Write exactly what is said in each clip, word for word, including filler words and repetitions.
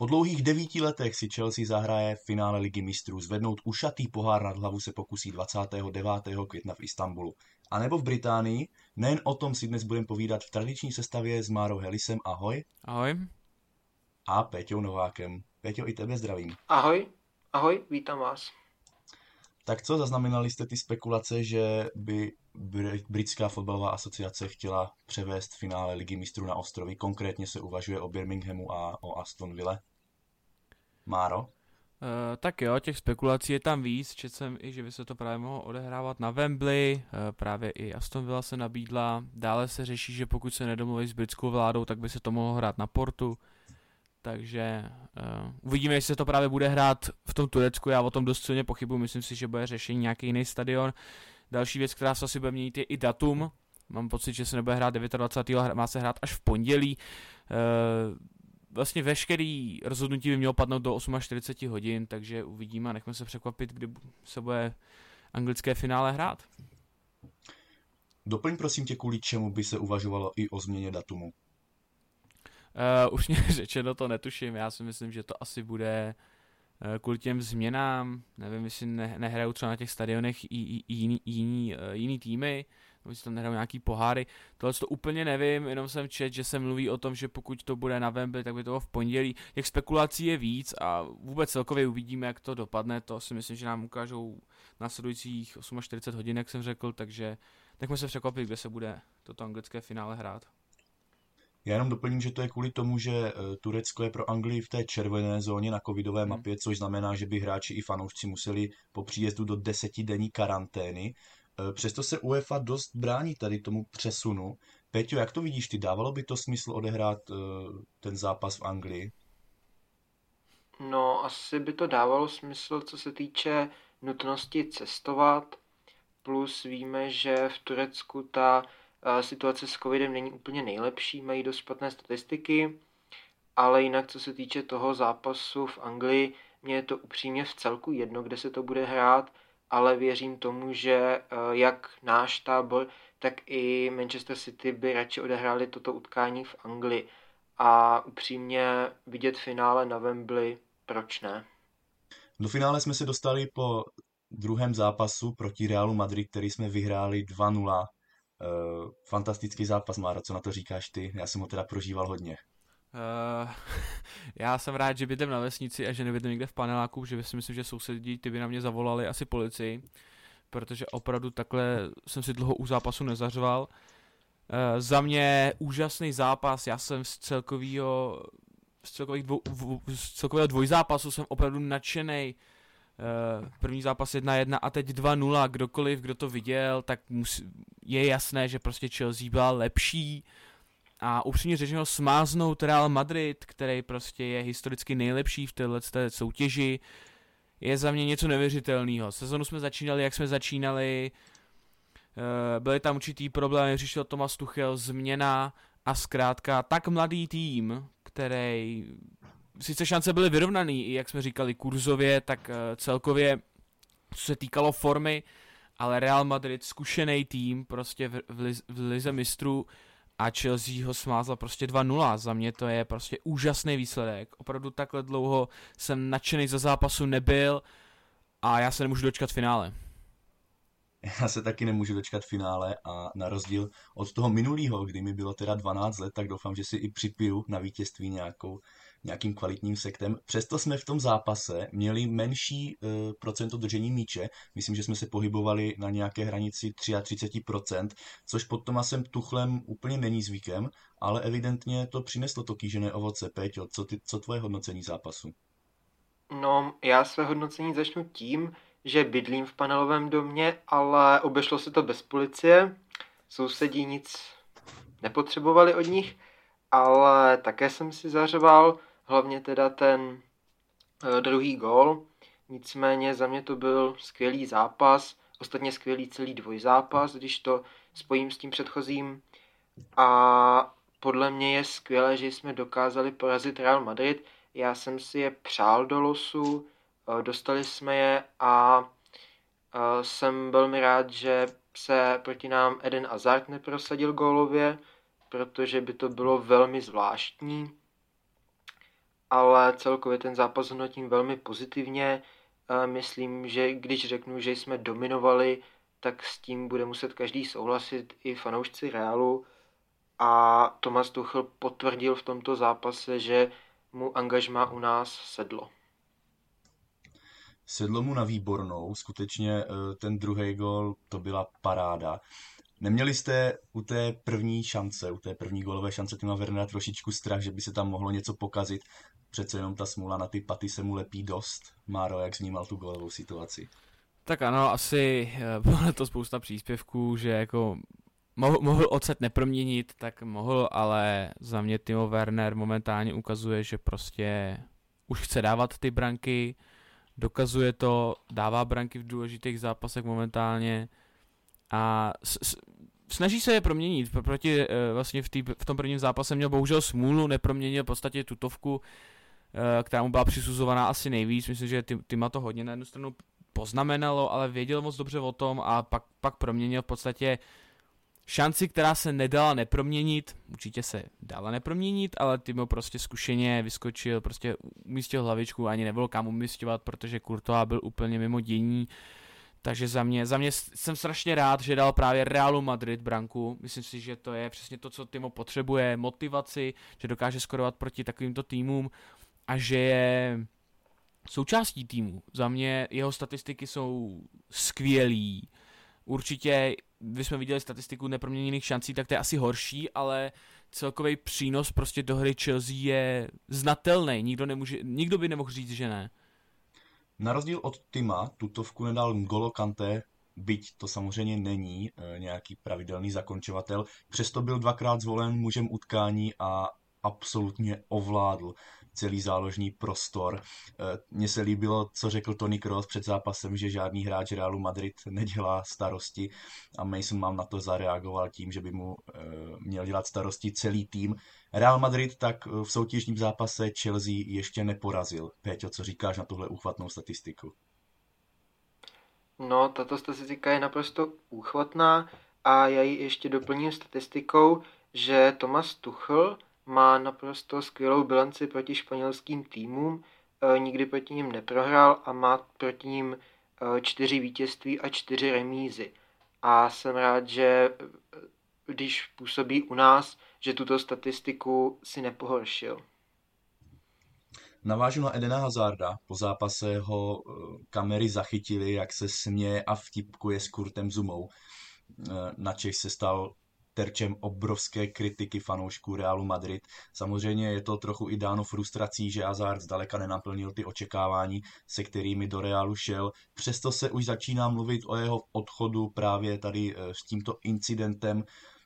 Po dlouhých devíti letech si Chelsea zahraje v finále Ligy mistrů. Zvednout ušatý pohár nad hlavu se pokusí dvacátého devátého května v Istanbulu. A nebo v Británii. Nejen o tom si dnes budeme povídat v tradiční sestavě s Márou Helisem. Ahoj. Ahoj. A Péťou Novákem. Péťo, i tebe zdravím. Ahoj, ahoj, vítám vás. Tak co, zaznamenali jste ty spekulace, že by britská fotbalová asociace chtěla převést finále Ligy mistrů na ostrovy? Konkrétně se uvažuje o Birminghamu a o Aston Ville. Máro? Uh, tak jo, těch spekulací je tam víc. Četl jsem i, že by se to právě mohlo odehrávat na Wembley. Uh, právě i Aston Villa se nabídla. Dále se řeší, že pokud se nedomluví s britskou vládou, tak by se to mohlo hrát na Portu. Takže uh, uvidíme, jestli se to právě bude hrát v tom Turecku. Já o tom dost silně pochybuji. Myslím si, že bude řešení nějaký jiný stadion. Další věc, která se asi bude měnit, je i datum. Mám pocit, že se nebude hrát dvacátého devátého má se hrát až v pondělí. Uh, Vlastně veškerý rozhodnutí by mělo padnout do čtyřicet osm hodin, takže uvidíme a nechme se překvapit, kdy se bude anglické finále hrát. Doplň prosím tě, kvůli čemu by se uvažovalo i o změně datumu. Uh, už mě řečeno, to netuším, já si myslím, že to asi bude uh, kvůli těm změnám, nevím, jestli ne, nehrajou třeba na těch stadionech i, i, i jiný, jiný, uh, jiný týmy, nebo si tam nehrajou nějaký poháry, tohle to úplně nevím, jenom jsem čet, že se mluví o tom, že pokud to bude na Wembley, tak by to bylo v pondělí. Těch spekulací je víc a vůbec celkově uvidíme, jak to dopadne, to si myslím, že nám ukážou následujících čtyřicet osm hodin, jak jsem řekl, takže nechme se překvapit, kde se bude toto anglické finále hrát. Já jenom doplním, že to je kvůli tomu, že Turecko je pro Anglii v té červené zóně na covidové mapě, což znamená, že by hráči i fanoušci museli po příjezdu do desetidenní karantény. Přesto se UEFA dost brání tady tomu přesunu. Peťo, jak to vidíš ty? Dávalo by to smysl odehrát ten zápas v Anglii? No, asi by to dávalo smysl, co se týče nutnosti cestovat. Plus víme, že v Turecku ta situace s covidem není úplně nejlepší, mají dost špatné statistiky, ale jinak co se týče toho zápasu v Anglii, mně je to upřímně v celku jedno, kde se to bude hrát, ale věřím tomu, že jak náš tábor, tak i Manchester City by radši odehráli toto utkání v Anglii. A upřímně vidět finále na Wembley, proč ne? Do finále jsme se dostali po druhém zápasu proti Realu Madrid, který jsme vyhráli dva nula. Uh, fantastický zápas, Máro, co na to říkáš ty? Já jsem ho teda prožíval hodně. Uh, já jsem rád, že bydlím na vesnici a že nebydlím někde v paneláku, že si myslím, že sousedí ty by na mě zavolali asi policii, protože opravdu takhle jsem si dlouho u zápasu nezařval. Uh, za mě úžasný zápas, já jsem z celkového z, celkových dvou, z celkového dvojzápasu jsem opravdu nadšenej. Uh, první zápas jedna jedna a teď dva nula, kdokoliv, kdo to viděl, tak musí, je jasné, že prostě Chelsea byla lepší a upřímně řečeno smáznout Real Madrid, který prostě je historicky nejlepší v této soutěži, je za mě něco neuvěřitelného. Sezonu jsme začínali, jak jsme začínali, uh, byly tam určitý problémy, přišel Thomas Tuchel, změna a zkrátka tak mladý tým, který sice šance byly vyrovnaný, i jak jsme říkali kurzově, tak uh, celkově, co se týkalo formy, ale Real Madrid zkušený tým prostě v, v, liz, v lize mistrů a Chelsea ho smázla prostě dva nula. Za mě to je prostě úžasný výsledek. Opravdu takhle dlouho jsem nadšený za zápasu nebyl a já se nemůžu dočkat finále. Já se taky nemůžu dočkat finále a na rozdíl od toho minulého, kdy mi bylo teda dvanáct let, tak doufám, že si i připiju na vítězství nějakou, nějakým kvalitním sektem. Přesto jsme v tom zápase měli menší e, procento držení míče. Myslím, že jsme se pohybovali na nějaké hranici třicet tři procent, což pod Tomasem Tuchlem úplně není zvykem, ale evidentně to přineslo to kýžené ovoce. Péťo, co, ty, co tvoje hodnocení zápasu? No, já své hodnocení začnu tím, že bydlím v panelovém domě, ale obešlo se to bez policie. Sousedí nic nepotřebovali od nich, ale také jsem si zařval, hlavně teda ten uh, druhý gól. Nicméně za mě to byl skvělý zápas, ostatně skvělý celý dvojzápas, když to spojím s tím předchozím. A podle mě je skvělé, že jsme dokázali porazit Real Madrid. Já jsem si je přál do losu, dostali jsme je a jsem velmi rád, že se proti nám Eden Hazard neprosadil gólově, protože by to bylo velmi zvláštní. ale celkově ten zápas hodnotím velmi pozitivně. Myslím, že když řeknu, že jsme dominovali, tak s tím bude muset každý souhlasit, i fanoušci Realu. A Thomas Tuchel potvrdil v tomto zápase, že mu angažmá u nás sedlo. Sedlo mu na výbornou, skutečně ten druhý gól, to byla paráda. Neměli jste u té první šance, u té první gólové šance Tima Wernera trošičku strach, že by se tam mohlo něco pokazit? Přece jenom ta smůla na ty paty se mu lepí dost. Máro, jak vnímal tu gólovou situaci? Tak ano, asi bylo to spousta příspěvků, že jako mohl, mohl ocet neproměnit, tak mohl, ale za mě Timo Werner momentálně ukazuje, že prostě už chce dávat ty branky, dokazuje to, dává branky v důležitých zápasech momentálně a s, s, snaží se je proměnit. Proti vlastně v, tý, v tom prvním zápase měl bohužel smůlu, neproměnil v podstatě tutovku, která mu byla přisuzovaná asi nejvíc. Myslím, že Tima to hodně na jednu stranu poznamenalo, ale věděl moc dobře o tom a pak, pak proměnil v podstatě šanci, která se nedala neproměnit. Určitě se dala neproměnit, ale Timo prostě zkušeně vyskočil, prostě umístil hlavičku, ani nebylo kam umísťovat, protože Courtois byl úplně mimo dění. Takže za mě, za mě jsem strašně rád, že dal právě Realu Madrid branku. Myslím si, že to je přesně to, co Timo potřebuje, motivaci, že dokáže skorovat proti takovýmto týmům a že je součástí týmu. Za mě jeho statistiky jsou skvělý. Určitě, když jsme viděli statistiku neproměněných šancí, tak to je asi horší, ale celkový přínos prostě do hry Chelsea je znatelný. Nikdo, nemůže, nikdo by nemohl říct, že ne. Na rozdíl od Tima, tutovku nedal N'Golo Kanté, byť to samozřejmě není e, nějaký pravidelný zakončovatel, přesto byl dvakrát zvolen mužem utkání a absolutně ovládl celý záložní prostor. Mně se líbilo, co řekl Toni Kroos před zápasem, že žádný hráč Realu Madrid nedělá starosti a Mason Mount na to zareagoval tím, že by mu e, měl dělat starosti celý tým. Real Madrid tak v soutěžním zápase Chelsea ještě neporazil. Péťo, co říkáš na tuhle úchvatnou statistiku? No, tato statistika je naprosto úchvatná a já ji ještě doplním statistikou, že Thomas Tuchel má naprosto skvělou bilanci proti španělským týmům, e, nikdy proti ním neprohrál a má proti ním e, čtyři vítězství a čtyři remízy. A jsem rád, že když působí u nás, že tuto statistiku si nepohoršil. Navážu na Edena Hazarda. Po zápase ho kamery zachytily, jak se směje a vtipkuje s Kurtem Zumou. Načež se stal terčem obrovské kritiky fanoušků Realu Madrid. Samozřejmě je to trochu i dáno frustrací, že Hazard zdaleka nenaplnil ty očekávání, se kterými do Realu šel. Přesto se už začíná mluvit o jeho odchodu právě tady s tímto incidentem.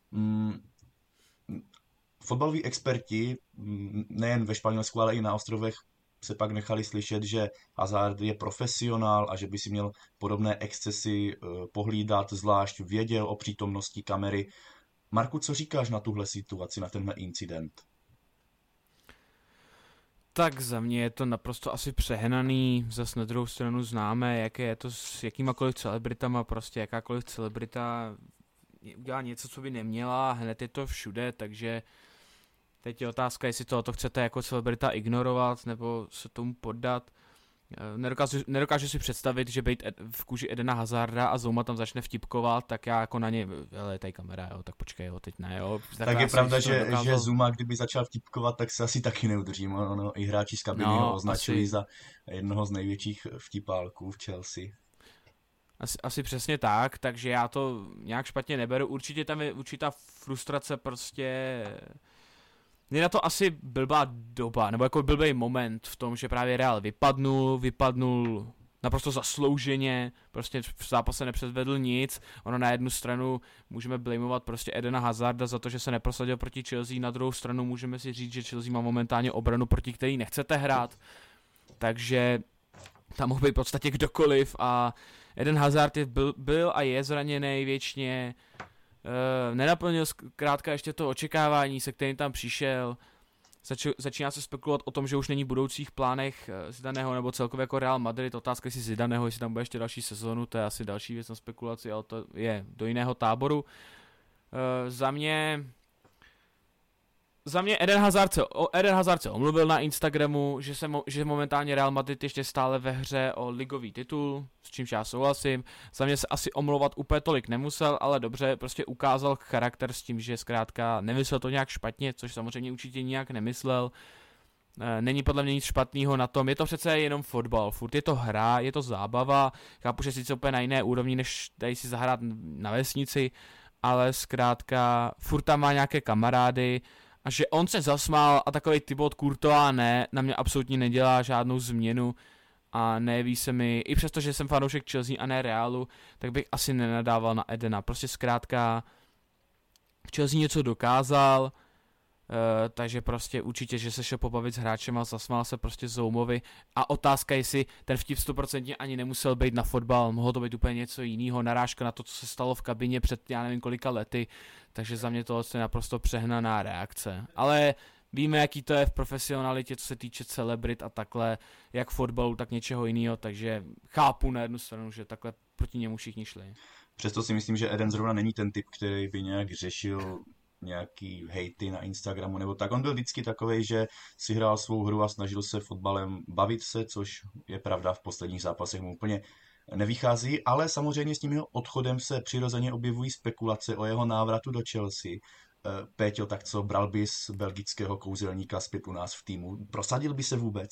Fotbaloví experti, nejen ve Španělsku, ale i na ostrovech, se pak nechali slyšet, že Hazard je profesionál a že by si měl podobné excesy pohlídat, zvlášť věděl o přítomnosti kamery. Marku, co říkáš na tuhle situaci, na tenhle incident? Tak za mě je to naprosto asi přehnaný, zas na druhou stranu známe, jaké je to s jakýmakoliv celebritama, prostě jakákoliv celebrita udělá něco, co by neměla, hned je to všude, takže teď je otázka, jestli to, to chcete jako celebrita ignorovat, nebo se tomu poddat. Nedokážu, nedokážu si představit, že být v kůži Edena Hazarda a Zouma tam začne vtipkovat, tak já jako na ně, hele, je tady kamera, jo, tak počkej, jo, teď ne, jo. Tak, tak je pravda, že, dokázal... že Zouma, kdyby začal vtipkovat, tak se asi taky neudržím, no, no, i hráči z kabiny no, ho označují asi... za jednoho z největších vtipálků v Chelsea. Asi, asi přesně tak, takže já to nějak špatně neberu, určitě tam je určitá frustrace prostě... Je na to asi blbá doba, nebo jako blbý moment v tom, že právě Real vypadnul, vypadnul naprosto zaslouženě, prostě v zápase nepředvedl nic, ono na jednu stranu můžeme blameovat prostě Edena Hazarda za to, že se neprosadil proti Chelsea, na druhou stranu můžeme si říct, že Chelsea má momentálně obranu, proti který nechcete hrát, takže tam mohl být v podstatě kdokoliv a Eden Hazard je, byl, byl a je zraněný věčně, Uh, nenaplnil zkrátka ještě to očekávání, se kterým tam přišel. Zač- začíná se spekulovat o tom, že už není v budoucích plánech Zidaneho nebo celkově jako Real Madrid. Otázka jestli Zidaneho, jestli tam bude ještě další sezónu, to je asi další věc na spekulaci, ale to je do jiného táboru. Uh, za mě za mě Eden Hazard se, o, Eden Hazard se omluvil na Instagramu, že, se mo, že momentálně Real Madrid ještě stále ve hře o ligový titul, s čímž já souhlasím. Za mě se asi omlouvat úplně tolik nemusel, ale dobře, prostě ukázal charakter s tím, že zkrátka nemyslel to nějak špatně, což samozřejmě určitě nějak nemyslel. Není podle mě nic špatného na tom, je to přece jenom fotbal, furt je to hra, je to zábava, chápu, že sice úplně na jiné úrovni, než tady si zahrát na vesnici, ale zkrátka furt tam má nějaké kamarády a že on se zasmál a takovej Thibaut Courtois ne, na mě absolutně nedělá žádnou změnu a neví se mi, i přesto, že jsem fanoušek Chelsea a ne Realu, tak bych asi nenadával na Edena, prostě zkrátka v Chelsea něco dokázal. Uh, takže prostě určitě, že se šel pobavit s hráčem a zasmál se prostě Zoumovi a otázka, jestli ten vtip sto procent ani nemusel být na fotbal, mohlo to být úplně něco jiného, narážka na to, co se stalo v kabině před já nevím kolika lety, takže za mě tohle je naprosto přehnaná reakce, ale víme, jaký to je v profesionalitě, co se týče celebrit a takhle, jak fotbalu, tak něčeho jiného, takže chápu na jednu stranu, že takhle proti němu všichni šli. Přesto si myslím, že Eden zrovna není ten typ, který by nějak řešil nějaký hejty na Instagramu nebo tak. On byl vždycky takovej, že si hrál svou hru a snažil se fotbalem bavit se, což je pravda, v posledních zápasech mu úplně nevychází, ale samozřejmě s tím jeho odchodem se přirozeně objevují spekulace o jeho návratu do Chelsea. Péťo, tak co, bral bys belgického kouzelníka zpět u nás v týmu? Prosadil by se vůbec?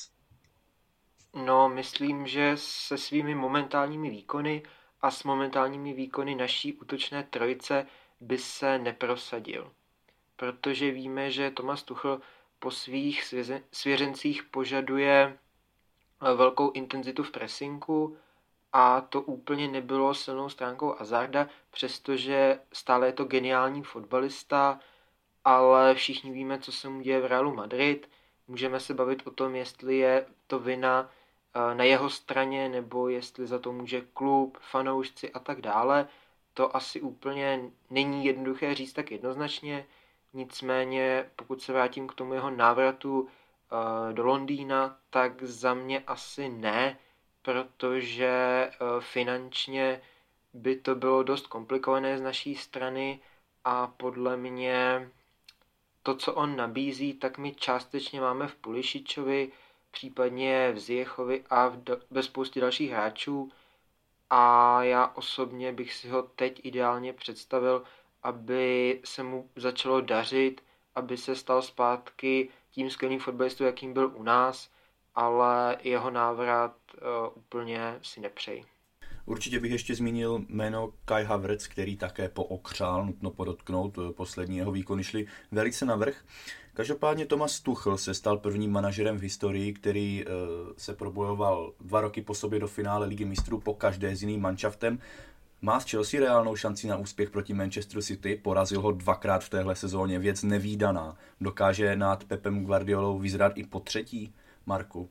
No, myslím, že se svými momentálními výkony a s momentálními výkony naší útočné trojice by se neprosadil. Protože víme, že Thomas Tuchel po svých svěřencích požaduje velkou intenzitu v pressingu a to úplně nebylo silnou stránkou Hazarda, přestože stále je to geniální fotbalista, ale všichni víme, co se mu děje v Realu Madrid. Můžeme se bavit o tom, jestli je to vina na jeho straně, nebo jestli za to může klub, fanoušci a tak dále. To asi úplně není jednoduché říct tak jednoznačně, nicméně pokud se vrátím k tomu jeho návratu uh, do Londýna, tak za mě asi ne, protože uh, finančně by to bylo dost komplikované z naší strany a podle mě to, co on nabízí, tak my částečně máme v Pulišičovi, případně v Ziyechovi a v do- ve spoustě dalších hráčů. A já osobně bych si ho teď ideálně představil, aby se mu začalo dařit, aby se stal zpátky tím skvělým fotbalistou, jakým byl u nás, ale jeho návrat uh, úplně si nepřeji. Určitě bych ještě zmínil jméno Kai Havertz, který také pookřál, nutno podotknout, poslední jeho výkony šly velice navrch. Každopádně Thomas Tuchel se stal prvním manažerem v historii, který se probojoval dva roky po sobě do finále Ligy mistrů po každé s jiným manšaftem. Má s Chelsea reálnou šanci na úspěch proti Manchesteru City, porazil ho dvakrát v téhle sezóně, věc nevídaná. Dokáže nad Pepem Guardiolou vyzrat i po třetí, Marku?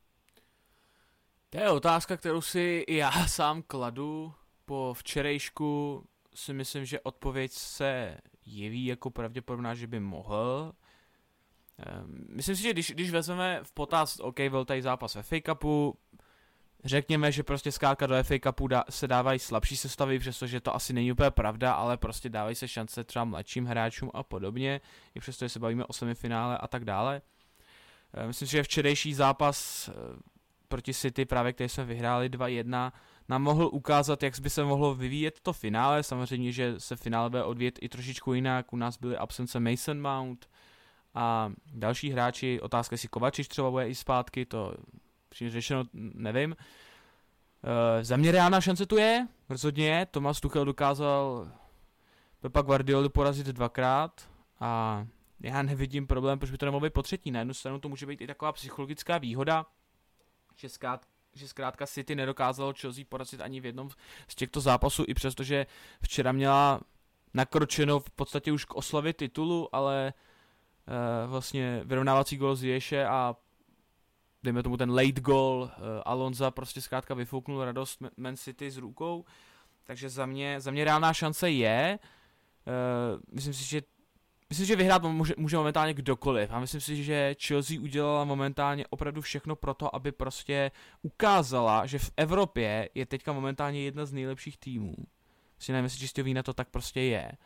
To je otázka, kterou si i já sám kladu. Po včerejšku si myslím, že odpověď se jeví jako pravděpodobná, že by mohl. Myslím si, že když, když vezmeme v potaz, OK, byl tady zápas v F A Cupu, řekněme, že prostě zkrátka do F A Cupu dá, se dávají slabší sestavy, přestože to asi není úplně pravda, ale prostě dávají se šance třeba mladším hráčům a podobně, i přesto, že se bavíme o semifinále a tak dále. Myslím si, že včerejší zápas proti City, právě který jsme vyhráli dva jedna, nám mohl ukázat, jak by se mohlo vyvíjet to finále. Samozřejmě, že se finále bude odvíjet i trošičku jinak. U nás byly absence Mason Mount a další hráči. Otázka, jestli Kovačič třeba bude i zpátky, to přímě řešeno nevím. E, za mě reálná šance tu je, rozhodně je. Thomas Tuchel dokázal Pepa Guardiolu porazit dvakrát a já nevidím problém, proč by to nemohlo být po třetí. Na jednu stranu to může být i taková psychologická výhoda, že zkrátka, že zkrátka City nedokázalo Chelsea porazit ani v jednom z těchto zápasů, i přesto, že včera měla nakročeno v podstatě už k oslavě titulu, ale e, vlastně vyrovnávací gól z Ješe a dejme tomu ten late goal e, Alonza prostě zkrátka vyfouknul radost Man City s rukou, takže za mě, za mě reálná šance je, e, myslím si, že Myslím, že vyhrát může, může momentálně kdokoliv a myslím si, že Chelsea udělala momentálně opravdu všechno pro to, aby prostě ukázala, že v Evropě je teďka momentálně jedna z nejlepších týmů. Prostě nevím, jestli čistě vína to tak prostě je.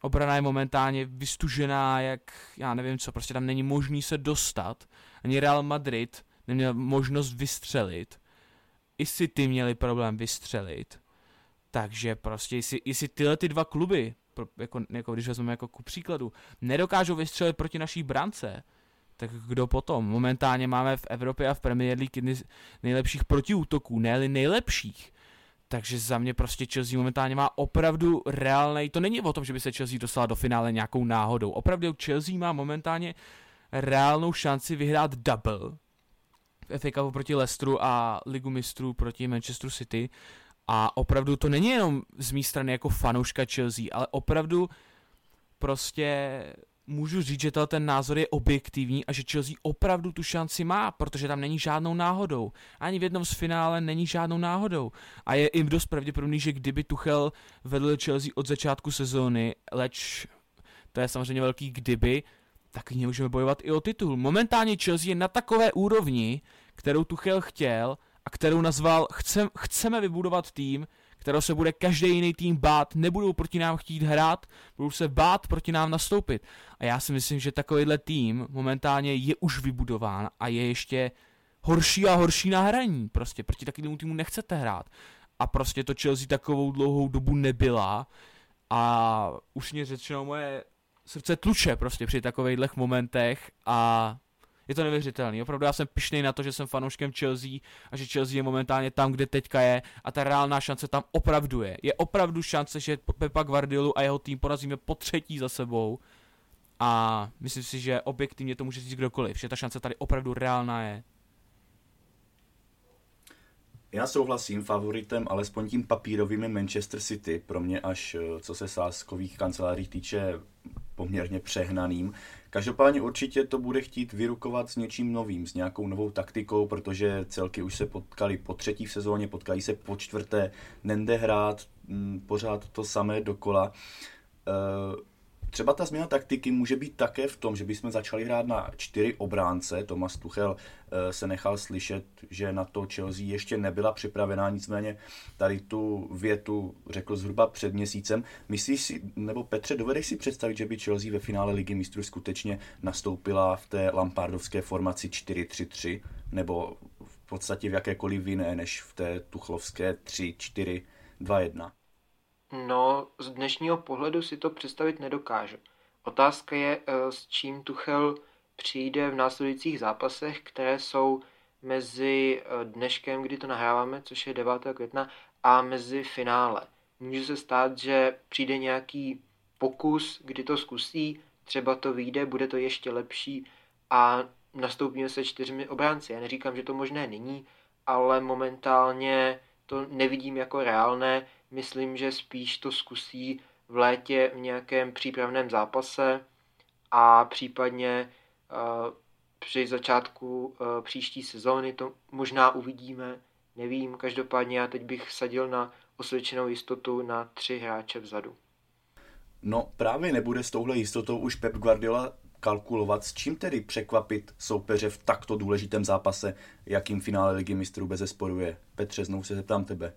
Obrana je momentálně vystužená, jak já nevím co, prostě tam není možný se dostat. Ani Real Madrid neměl možnost vystřelit. I City měli problém vystřelit. Takže prostě, jestli, jestli tyhle ty dva kluby, jako, jako když vezmeme jako ku příkladu, nedokážou vystřelit proti naší brance, tak kdo potom? Momentálně máme v Evropě a v Premier League jedny z nejlepších protiútoků, ne-li nejlepších. Takže za mě prostě Chelsea momentálně má opravdu reálnej, to není o tom, že by se Chelsea dostala do finále nějakou náhodou. Opravdu Chelsea má momentálně reálnou šanci vyhrát double v F A Cupu proti Leicesteru a Ligu mistrů proti Manchesteru City. A opravdu to není jenom z mé strany jako fanouška Chelsea, ale opravdu prostě můžu říct, že ten názor je objektivní a že Chelsea opravdu tu šanci má, protože tam není žádnou náhodou. Ani v jednom z finále není žádnou náhodou. A je i dost pravděpodobný, že kdyby Tuchel vedl Chelsea od začátku sezóny, leč to je samozřejmě velký kdyby, tak můžeme bojovat i o titul. Momentálně Chelsea je na takové úrovni, kterou Tuchel chtěl a kterou nazval chcem, chceme vybudovat tým, kterou se bude každý jiný tým bát, nebudou proti nám chtít hrát, budou se bát proti nám nastoupit. A já si myslím, že takovýhle tým momentálně je už vybudován a je ještě horší a horší na hraní. Prostě proti takovému týmu nechcete hrát. A prostě to Chelsea takovou dlouhou dobu nebyla a už mě řečeno moje srdce tluče prostě při takovejhlech momentech a je to neuvěřitelný. Opravdu já jsem pyšnej na to, že jsem fanouškem Chelsea a že Chelsea je momentálně tam, kde teďka je a ta reálná šance tam opravdu je. Je opravdu šance, že Pepa Guardiolu a jeho tým porazíme po třetí za sebou a myslím si, že objektivně to může říct kdokoliv, že ta šance tady opravdu reálná je. Já souhlasím, favoritem alespoň tím papírovým je Manchester City, pro mě až co se sázkových kanceláří týče poměrně přehnaným. Každopádně určitě to bude chtít vyrukovat s něčím novým, s nějakou novou taktikou, protože celky už se potkali po třetí v sezóně, potkali se po čtvrté, nende hrát m, pořád to samé dokola. E, Třeba ta změna taktiky může být také v tom, že bychom začali hrát na čtyři obránce. Thomas Tuchel se nechal slyšet, že na to Chelsea ještě nebyla připravená, nicméně tady tu větu řekl zhruba před měsícem. Myslíš si, nebo Petře, dovedeš si představit, že by Chelsea ve finále Ligy mistrů skutečně nastoupila v té lampardovské formaci čtyři tři tři, nebo v podstatě v jakékoliv jiné, než v té tuchlovské tři čtyři dva jedna? No, z dnešního pohledu si to představit nedokážu. Otázka je, s čím Tuchel přijde v následujících zápasech, které jsou mezi dneškem, kdy to nahráváme, což je devátého května, a mezi finále. Může se stát, že přijde nějaký pokus, kdy to zkusí, třeba to vyjde, bude to ještě lepší a nastoupíme se čtyřmi obránci. Já neříkám, že to možné není, ale momentálně to nevidím jako reálné. Myslím, že spíš to zkusí v létě v nějakém přípravném zápase a případně uh, při začátku uh, příští sezóny to možná uvidíme, nevím. Každopádně já teď bych sadil na osvědčenou jistotu na tři hráče vzadu. No právě nebude s touhle jistotou už Pep Guardiola kalkulovat, s čím tedy překvapit soupeře v takto důležitém zápase, jakým finále Ligy mistrů bezesporu je. Petře, znovu se zeptám tebe.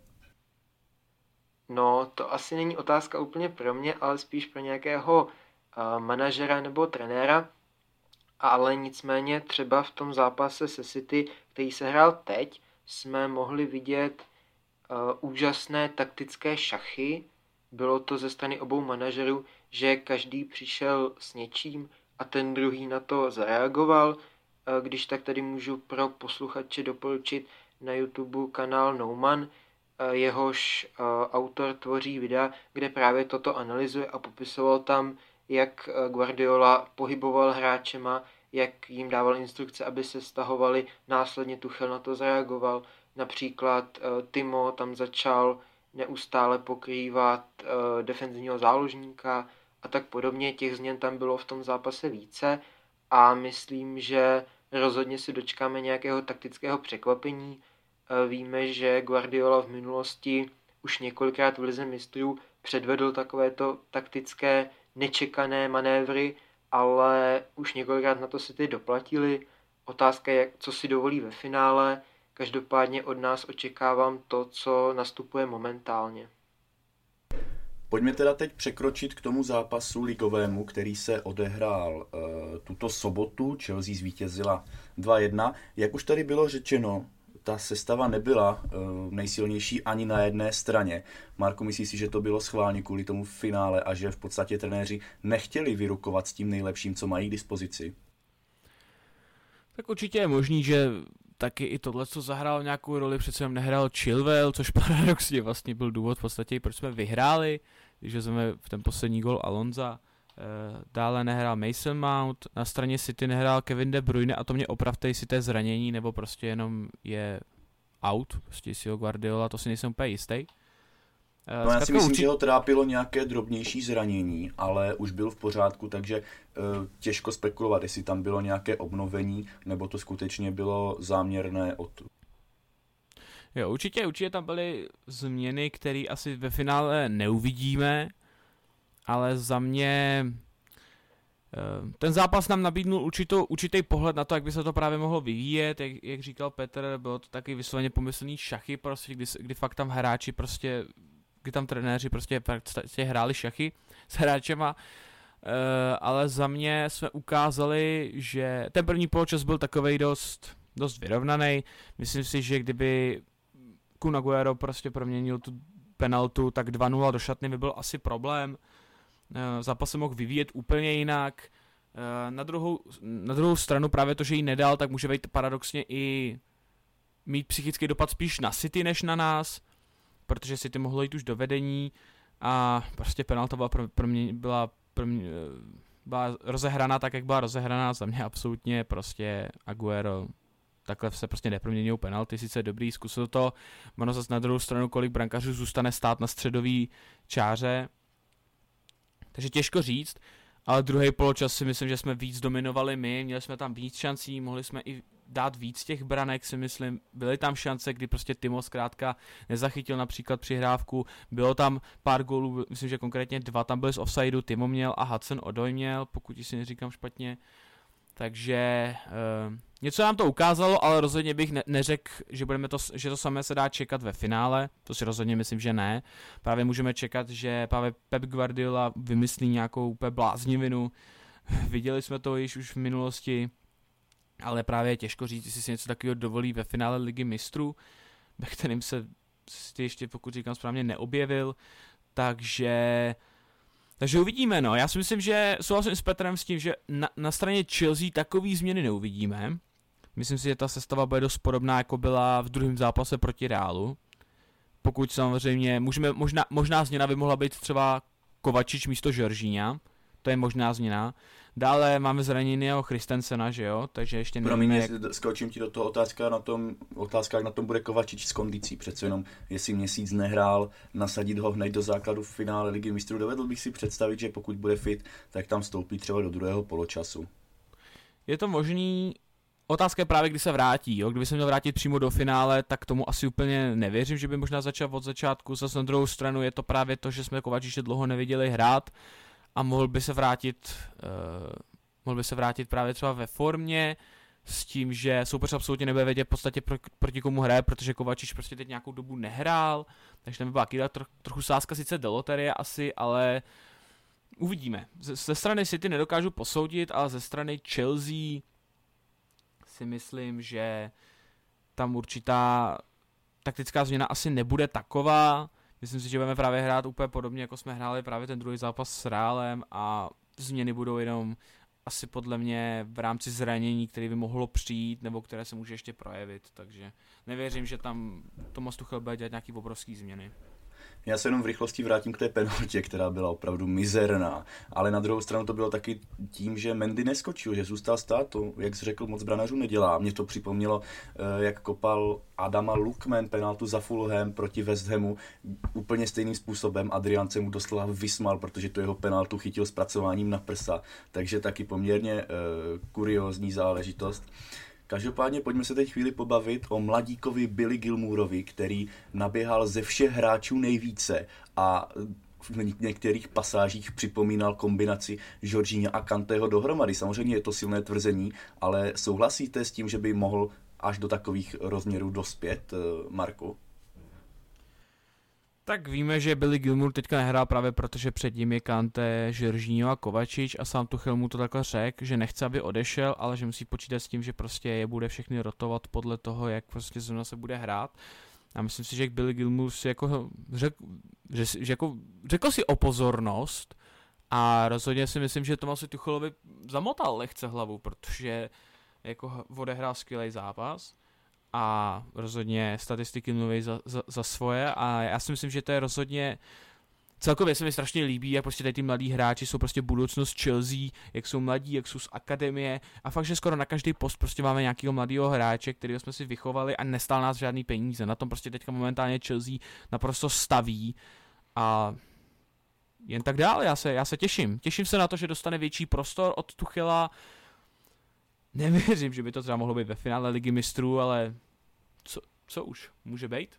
No, to asi není otázka úplně pro mě, ale spíš pro nějakého uh, manažera nebo trenéra. Ale nicméně třeba v tom zápase se City, který se hrál teď, jsme mohli vidět uh, úžasné taktické šachy. Bylo to ze strany obou manažerů, že každý přišel s něčím a ten druhý na to zareagoval. Uh, když tak tady můžu pro posluchače doporučit na YouTube kanál Nouman, jehož uh, autor tvoří videa, kde právě toto analyzuje a popisoval tam, jak Guardiola pohyboval hráčema, jak jim dával instrukce, aby se stahovali, následně Tuchel na to zareagoval. Například uh, Timo tam začal neustále pokrývat uh, defenzivního záložníka a tak podobně. Těch změn tam bylo v tom zápase více a myslím, že rozhodně si dočkáme nějakého taktického překvapení. Víme, že Guardiola v minulosti už několikrát v lize mistrů předvedl takovéto taktické nečekané manévry, ale už několikrát na to se ty doplatili. Otázka je, co si dovolí ve finále. Každopádně od nás očekávám to, co nastupuje momentálně. Pojďme teda teď překročit k tomu zápasu ligovému, který se odehrál uh, tuto sobotu. Chelsea zvítězila dva jedna. Jak už tady bylo řečeno, ta sestava nebyla uh, nejsilnější ani na jedné straně. Marko, myslíš si, že to bylo schválně kvůli tomu finále a že v podstatě trenéři nechtěli vyrukovat s tím nejlepším, co mají k dispozici? Tak určitě je možný, že taky i tohle, co zahrál nějakou roli, přece jenom nehrál Chilwell, což paradoxně vlastně byl důvod v podstatě, proč jsme vyhráli, že jsme v ten poslední gol Alonza. Dále nehrál Mason Mount, na straně City nehrál Kevin De Bruyne a to mě opravte, jestli to je zranění, nebo prostě jenom je out, prostě si ho Guardiola, to si nejsem úplně jistý. No já si myslím, určitě... že ho trápilo nějaké drobnější zranění, ale už byl v pořádku, takže uh, těžko spekulovat, jestli tam bylo nějaké obnovení, nebo to skutečně bylo záměrné od... Jo, určitě, určitě tam byly změny, které asi ve finále neuvidíme, ale za mě uh, ten zápas nám nabídnul určitou, určitý pohled na to, jak by se to právě mohlo vyvíjet, jak, jak říkal Petr, bylo to taky vysloveně pomyslný šachy, prostě, kdy, kdy fakt tam hráči prostě kdy tam trenéři prostě hráli šachy s hráčema, uh, ale za mě jsme ukázali, že ten první poločas byl takovej dost, dost vyrovnaný. Myslím si, že kdyby Kun Aguero prostě proměnil tu penaltu, tak dva nula do šatny by byl asi problém. Uh, zápas se mohl vyvíjet úplně jinak. Uh, na, druhou, na druhou stranu právě to, že ji nedal, tak může být paradoxně i mít psychický dopad spíš na City než na nás, protože City mohlo jít už do vedení a prostě penalta byla, pro, pro mě, byla, pro mě, byla rozehraná tak, jak byla rozehraná. Za mě absolutně prostě Aguero takhle se prostě neproměňují penalty, sice dobrý, zkusil to, ono zase na druhou stranu, kolik brankářů zůstane stát na středový čáře, takže těžko říct, ale druhý poločas si myslím, že jsme víc dominovali my, měli jsme tam víc šancí, mohli jsme i dát víc těch branek, si myslím, byly tam šance, kdy prostě Timo zkrátka nezachytil například přihrávku, bylo tam pár gólů, myslím, že konkrétně dva tam byly z offsideu, Timo měl a Hudson Odoi měl, pokud si neříkám špatně, takže uh, něco nám to ukázalo, ale rozhodně bych ne- neřekl, že, budeme to, že to samé se dá čekat ve finále, to si rozhodně myslím, že ne, právě můžeme čekat, že právě Pep Guardiola vymyslí nějakou úplně bláznivinu, viděli jsme to již už v minulosti, ale právě je těžko říct, jestli si něco takového dovolí ve finále Ligy mistrů, ve kterým se ještě, pokud říkám správně, neobjevil, takže takže uvidíme, no. Já si myslím, že souhlasím s Petrem s tím, že na, na straně Chelsea takový změny neuvidíme. Myslím si, že ta sestava bude dost podobná, jako byla v druhém zápase proti Realu. Pokud samozřejmě, můžeme, možná, možná změna by mohla být třeba Kovačič místo Jorginha, to je možná změna. Dále máme zraněného Christensena, že jo, takže ještě nevíme, Promiň, jak... skočím ti do toho otázka na tom, otázka, jak na tom bude Kovačič s kondicí, přece jenom, jestli měsíc nehrál, nasadit ho hned do základu v finále Ligy mistrů, dovedl bych si představit, že pokud bude fit, tak tam vstoupí třeba do druhého poločasu. Je to možný, otázka je právě, kdy se vrátí, jo, kdyby se měl vrátit přímo do finále, tak tomu asi úplně nevěřím, že by možná začal od začátku, zase na druhou stranu je to právě to, že jsme Kovačiče dlouho neviděli hrát, a mohl by se vrátit, uh, mohl by se vrátit právě třeba ve formě, s tím, že soupeř absolutně nebude vědět v podstatě pro, proti komu hraje, protože Kovačič prostě teď nějakou dobu nehrál, takže tam by byla kýda tro, trochu sázka sice do loterie asi, ale uvidíme. Ze, ze strany City nedokážu posoudit, ale ze strany Chelsea si myslím, že tam určitá taktická změna asi nebude taková. Myslím si, že budeme právě hrát úplně podobně, jako jsme hráli právě ten druhý zápas s Realem a změny budou jenom asi podle mě v rámci zranění, které by mohlo přijít, nebo které se může ještě projevit, takže nevěřím, že tam Thomas Tuchel bude dělat nějaký obrovský změny. Já se jenom v rychlosti vrátím k té penaltě, která byla opravdu mizerná, ale na druhou stranu to bylo taky tím, že Mendy neskočil, že zůstal stát, to, jak jsi řekl, moc branářů nedělá. Mě to připomnělo, jak kopal Adama Lookman penaltu za Fulham proti West Hamu, úplně stejným způsobem. Adrian se mu doslova vysmal, protože to jeho penaltu chytil zpracováním na prsa, takže taky poměrně uh, kuriózní záležitost. Každopádně pojďme se teď chvíli pobavit o mladíkovi Billy Gilmourovi, který naběhal ze všech hráčů nejvíce a v některých pasážích připomínal kombinaci Jorginha a Kanteho dohromady. Samozřejmě je to silné tvrzení, ale souhlasíte s tím, že by mohl až do takových rozměrů dospět, Marku? Tak víme, že Billy Gilmour teďka nehrál právě protože před ním je Kanté, Jorginho a Kovačič a sám Tuchel mu to takhle řekl, že nechce, aby odešel, ale že musí počítat s tím, že prostě je bude všechny rotovat podle toho, jak prostě zrovna se bude hrát. A myslím si, že Billy Gilmour si jako řekl, že, že jako řekl si o pozornost a rozhodně si myslím, že Tomasi Tuchelovi zamotal lehce hlavu, protože jako odehrál skvělý zápas. A rozhodně statistiky mluví za, za, za svoje a já si myslím, že to je rozhodně celkově se mi strašně líbí, jak prostě tady ty mladí hráči jsou prostě budoucnost Chelsea, jak jsou mladí, jak jsou z akademie a fakt, že skoro na každý post prostě máme nějakého mladého hráče, kterého jsme si vychovali a nestál nás žádný peníze. Na tom prostě teďka momentálně Chelsea naprosto staví a jen tak dál, já se, já se těším. Těším se na to, že dostane větší prostor od Tuchela. Nevěřím, že by to třeba mohlo být ve finále Ligy mistrů, ale co, co už, může být?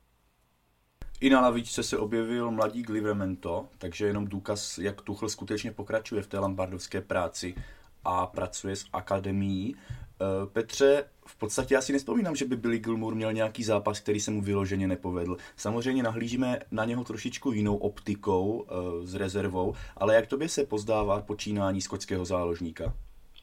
I na lavičce se objevil mladík Livramento, takže jenom důkaz, jak Tuchel skutečně pokračuje v té lombardovské práci a pracuje s akademií. Petře, v podstatě já si nespomínám, že by Billy Gilmour měl nějaký zápas, který se mu vyloženě nepovedl. Samozřejmě nahlížíme na něho trošičku jinou optikou s rezervou, ale jak tobě se pozdává počínání skotského záložníka?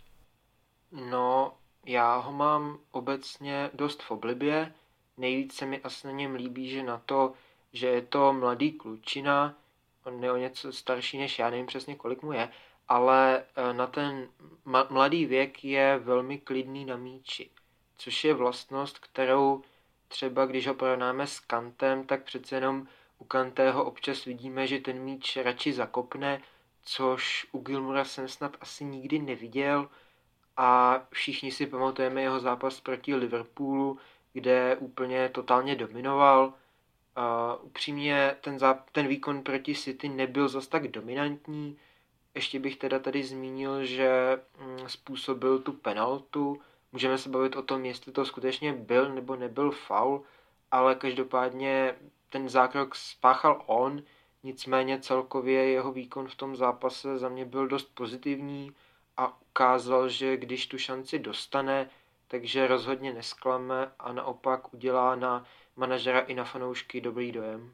No, já ho mám obecně dost v oblibě. Nejvíc se mi asi na něm líbí, že na to, že je to mladý klučina, on je o něco starší než já, nevím přesně kolik mu je, ale na ten mladý věk je velmi klidný na míči, což je vlastnost, kterou třeba když ho porovnáme s Kantem, tak přece jenom u Kantého občas vidíme, že ten míč radši zakopne, což u Gilmoura jsem snad asi nikdy neviděl. A všichni si pamatujeme jeho zápas proti Liverpoolu, kde úplně totálně dominoval. Uh, upřímně ten, záp- ten výkon proti City nebyl zas tak dominantní. Ještě bych teda tady zmínil, že mm, způsobil tu penaltu. Můžeme se bavit o tom, jestli to skutečně byl nebo nebyl faul, ale každopádně ten zákrok spáchal on, nicméně celkově jeho výkon v tom zápase za mě byl dost pozitivní a ukázal, že když tu šanci dostane, takže rozhodně nesklame a naopak udělá na manažera i na fanoušky dobrý dojem.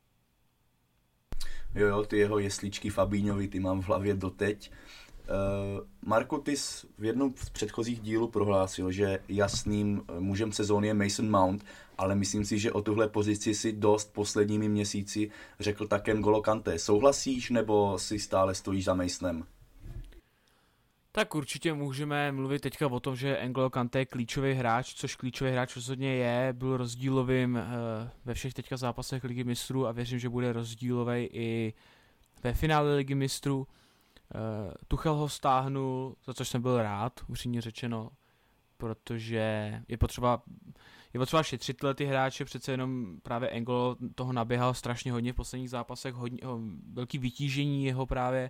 Jo, jo, ty jeho jeslíčky Fabíňovi, ty mám v hlavě doteď. Uh, Marko, ty jsi v jednom z předchozích dílů prohlásil, že jasným mužem sezóny je Mason Mount, ale myslím si, že o tuhle pozici si dost posledními měsíci řekl také N'Golo Kanté. Souhlasíš, nebo si stále stojíš za Masonem? Tak určitě můžeme mluvit teďka o tom, že N'Golo Kanté je klíčový hráč, což klíčový hráč rozhodně je, byl rozdílovým uh, ve všech teďka zápasech Ligy mistrů a věřím, že bude rozdílový i ve finále Ligy mistrů. Uh, Tuchel ho stáhnul, za což jsem byl rád, upřímně řečeno, protože je potřeba, je potřeba šetřit tyhle ty hráče, přece jenom právě N'Golo toho naběhal strašně hodně v posledních zápasech, hodně, velký vytížení jeho právě.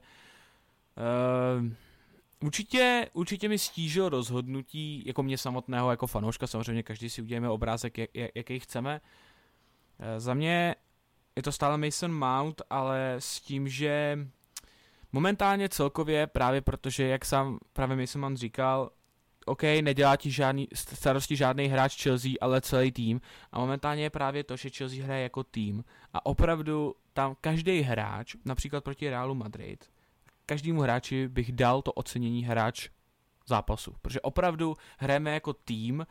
Uh, Určitě, určitě mi stížil rozhodnutí, jako mě samotného, jako fanouška, samozřejmě každý si uděláme obrázek, jak, jak, jaký chceme. E, za mě je to stále Mason Mount, ale s tím, že momentálně celkově, právě protože, jak sám právě Mason Mount říkal, OK, nedělá ti žádný, starosti žádný hráč Chelsea, ale celý tým. A momentálně je právě to, že Chelsea hraje jako tým. A opravdu tam každý hráč, například proti Realu Madrid, každému hráči bych dal to ocenění hráč zápasu, protože opravdu hrajeme jako tým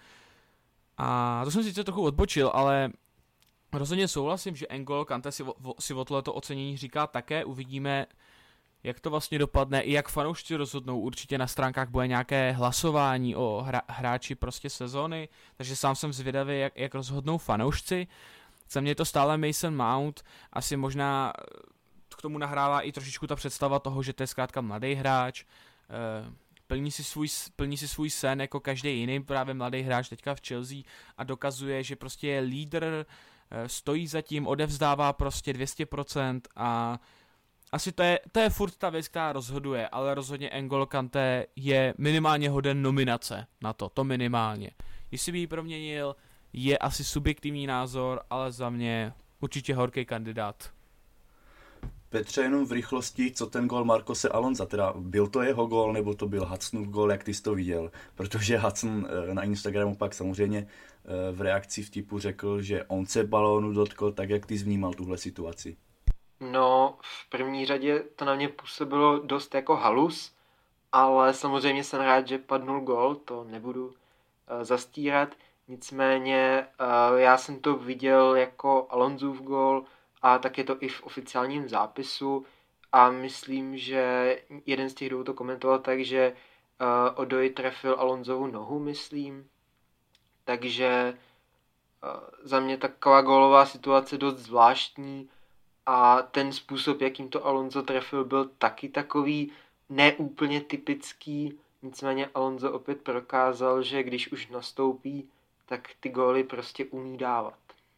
a to jsem sice trochu odbočil, ale rozhodně souhlasím, že N'Golo Kanté si, si o tohleto ocenění říká také, uvidíme, jak to vlastně dopadne, i jak fanoušci rozhodnou, určitě na stránkách bude nějaké hlasování o hra, hráči prostě sezony, takže sám jsem zvědavý, jak, jak rozhodnou fanoušci. Za mě je to stále Mason Mount, asi možná k tomu nahrává i trošičku ta představa toho, že to je zkrátka mladý hráč, plní si svůj, plní si svůj sen jako každý jiný právě mladý hráč teďka v Chelsea a dokazuje, že prostě je lídr, stojí za tím, odevzdává prostě dvě stě procent a asi to je, to je furt ta věc, která rozhoduje, ale rozhodně N'Golo Kanté je minimálně hoden nominace na to, to minimálně. Jestli by ji proměnil, je asi subjektivní názor, ale za mě určitě horký kandidát. Petře, jenom v rychlosti, co ten gól Marcose Alonza, teda byl to jeho gól, nebo to byl Hudsonův gól, jak ty jsi to viděl? Protože Hudson na Instagramu pak samozřejmě v reakci vtipu řekl, že on se balónu dotkl, tak jak ty jsi vnímal tuhle situaci? No, v první řadě to na mě působilo dost jako halus, ale samozřejmě jsem rád, že padnul gól, to nebudu uh, zastírat. Nicméně uh, já jsem to viděl jako Alonzův gól a tak je to i v oficiálním zápisu a myslím, že jeden z těch dvou to komentoval tak, že uh, Odoi trefil Alonzovu nohu, myslím. Takže uh, za mě taková gólová situace dost zvláštní a ten způsob, jakým to Alonso trefil, byl taky takový neúplně typický. Nicméně Alonso opět prokázal, že když už nastoupí, tak ty góly prostě umí dávat.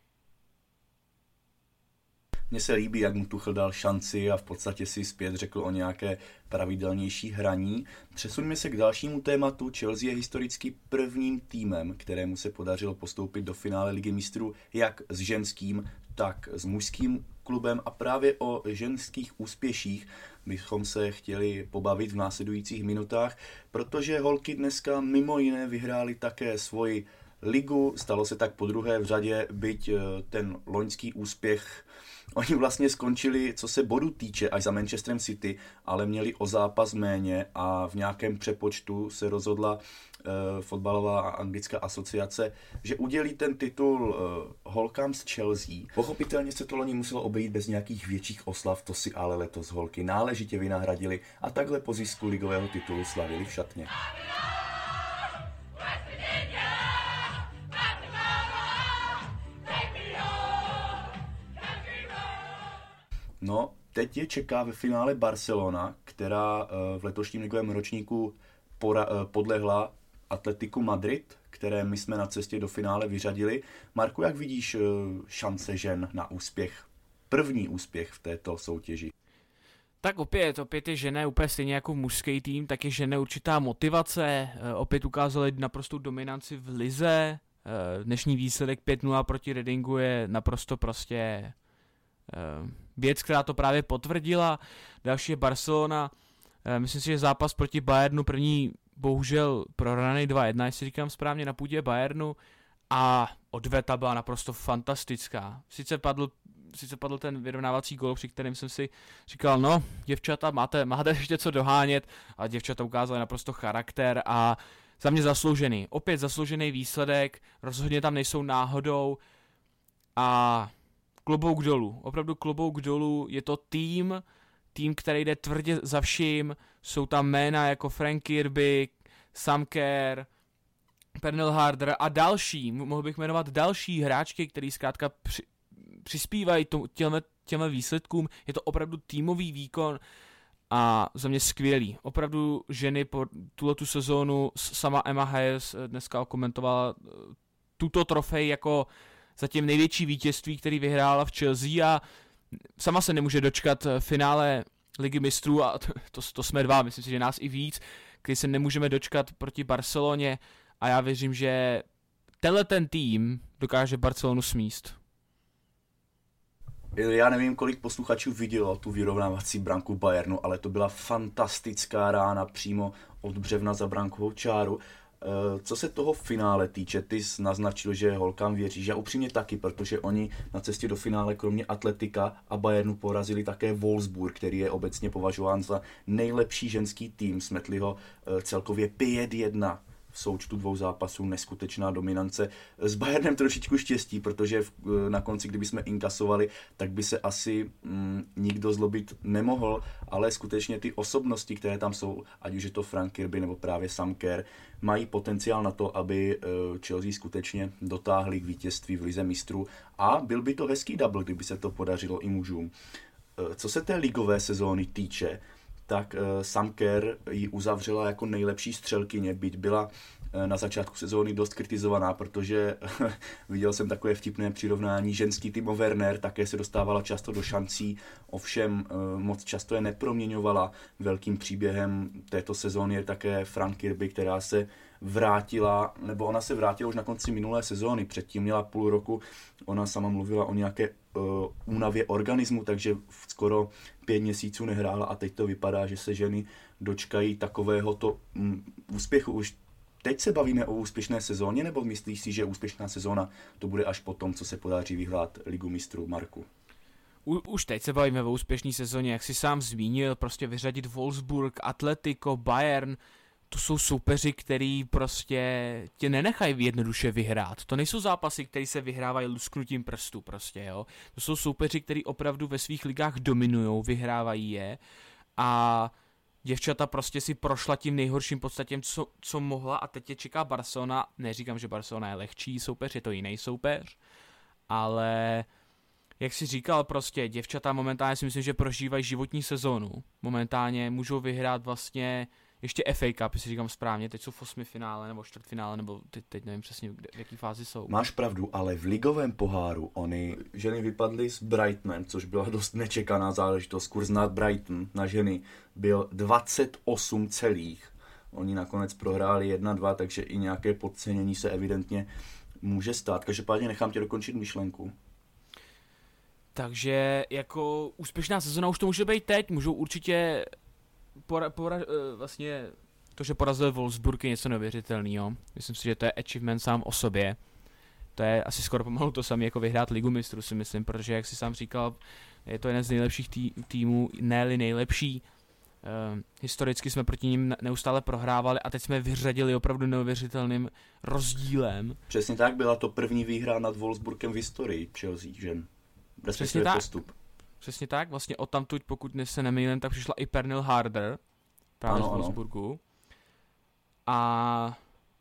Mně se líbí, jak mu Tuchel dal šanci a v podstatě si zpět řekl o nějaké pravidelnější hraní. Přesuňme se k dalšímu tématu. Chelsea je historicky prvním týmem, kterému se podařilo postoupit do finále Ligy mistrů jak s ženským, tak s mužským klubem a právě o ženských úspěších bychom se chtěli pobavit v následujících minutách, protože holky dneska mimo jiné vyhrály také svoji ligu, stalo se tak podruhé v řadě, byť ten loňský úspěch, oni vlastně skončili, co se bodu týče, až za Manchesterem City, ale měli o zápas méně a v nějakém přepočtu se rozhodla uh, fotbalová a anglická asociace, že udělí ten titul uh, holkám z Chelsea. Pochopitelně se to loni muselo obejít bez nějakých větších oslav, to si ale letos holky náležitě vynahradili a takhle po zisku ligového titulu slavili v šatně. No, teď je čeká ve finále Barcelona, která v letošním ligovém ročníku pora- podlehla Atletiku Madrid, které my jsme na cestě do finále vyřadili. Marku, jak vidíš šance žen na úspěch, první úspěch v této soutěži? Tak opět, opět je žené úplně stejně jako mužský tým, tak je žené určitá motivace, opět ukázali naprostou dominanci v lize, dnešní výsledek pět nula proti Readingu je naprosto prostě věc, která to právě potvrdila. Další je Barcelona, myslím si, že zápas proti Bayernu první bohužel prohraný dva jedna, jestli říkám správně, na půdě Bayernu a odveta byla naprosto fantastická. Sice padl sice padl ten vyrovnávací gól, při kterém jsem si říkal, no, děvčata, máte, máte ještě co dohánět, ale děvčata ukázali naprosto charakter a za mě zasloužený. Opět zasloužený výsledek, rozhodně tam nejsou náhodou a klobouk dolů, opravdu klobouk dolů, je to tým, tým, který jde tvrdě za vším, jsou tam jména jako Frank Kirby, Sam Kerr, Pernell Harder a další, mohl bych jmenovat další hráčky, který zkrátka při, přispívají těmhle, těmhle výsledkům, je to opravdu týmový výkon a za mě skvělý. Opravdu ženy po tuhletu sezónu, sama Emma Hayes dneska okomentovala tuto trofej jako zatím největší vítězství, který vyhrála v Chelsea a sama se nemůže dočkat finále Ligy mistrů a to, to, to jsme dva, myslím si, že nás i víc, když se nemůžeme dočkat proti Barceloně a já věřím, že tenhle ten tým dokáže Barcelonu smíst. Já nevím, kolik posluchačů vidělo tu vyrovnávací branku Bayernu, ale to byla fantastická rána přímo od břevna za brankovou čáru. Co se toho finále týče, ty jsi naznačil, že holkám věříš, já upřímně taky, protože oni na cestě do finále kromě Atletika a Bayernu porazili také Wolfsburg, který je obecně považován za nejlepší ženský tým, smetli ho celkově pět jedna. V součtu dvou zápasů neskutečná dominance. S Bayernem trošičku štěstí, protože v, na konci, kdyby jsme inkasovali, tak by se asi mm, nikdo zlobit nemohl, ale skutečně ty osobnosti, které tam jsou, ať už je to Frank Kirby nebo právě Sam Kerr, mají potenciál na to, aby uh, Chelsea skutečně dotáhli k vítězství v lize mistrů a byl by to hezký double, kdyby se to podařilo i mužům. Uh, co se té ligové sezóny týče, tak uh, Sam Kerr ji uzavřela jako nejlepší střelkyně, byť byla uh, na začátku sezóny dost kritizovaná, protože viděl jsem takové vtipné přirovnání, ženský Timo Werner také se dostávala často do šancí, ovšem uh, moc často je neproměňovala. Velkým příběhem této sezóny je také Frank Kirby, která se vrátila, nebo ona se vrátila už na konci minulé sezóny, předtím měla půl roku, ona sama mluvila o nějaké uh, únavě organismu, takže skoro pět měsíců nehrála a teď to vypadá, že se ženy dočkají takovéhoto um, úspěchu. Už teď se bavíme o úspěšné sezóně, nebo myslíš si, že úspěšná sezóna to bude až po tom, co se podaří vyhrát Ligu mistrů, Marku? U, už teď se bavíme o úspěšné sezóně, jak jsi sám zmínil, prostě vyřadit Wolfsburg, Atletico, Bayern, to jsou soupeři, který prostě tě nenechají jednoduše vyhrát. To nejsou zápasy, které se vyhrávají lusknutím prstů prostě, jo. To jsou soupeři, který opravdu ve svých ligách dominujou, vyhrávají je a děvčata prostě si prošla tím nejhorším podstatě, co, co mohla a teď je čeká Barcelona. Neříkám, že Barcelona je lehčí soupeř, je to jiný soupeř, ale jak jsi říkal, prostě děvčata momentálně si myslím, že prožívají životní sezónu. Momentálně můžou vyhrát vlastně ještě F A Cup, jestli říkám správně, teď jsou v osmi finále nebo čtvrtfinále, nebo teď, teď nevím přesně, kde, v jaký fázi jsou. Máš pravdu, ale v ligovém poháru oni ženy vypadly s Brightonem, což byla dost nečekaná záležitost. Kurz nad Brighton na ženy byl dvacet osm celých. Oni nakonec prohráli jedna dva, takže i nějaké podcenění se evidentně může stát. Každopádně nechám tě dokončit myšlenku. Takže jako úspěšná sezona už to může být teď, můžou určitě pora, pora, vlastně to, že porazili Wolfsburg je něco neuvěřitelného. Myslím si, že to je achievement sám o sobě. To je asi skoro pomalu to samé jako vyhrát Ligu mistrů, si myslím, protože jak jsi sám říkal, je to jeden z nejlepších tý, týmů, ne-li nejlepší. Uh, historicky jsme proti ním neustále prohrávali a teď jsme vyřadili opravdu neuvěřitelným rozdílem. Přesně tak, byla to první výhra nad Wolfsburgem v historii Chelsea, žen. Přesně tak. Postup. Přesně tak, vlastně odtamtud, pokud se nemýlím, tak přišla i Pernille Harder právě ano, z Wolfsburgu. Ano. A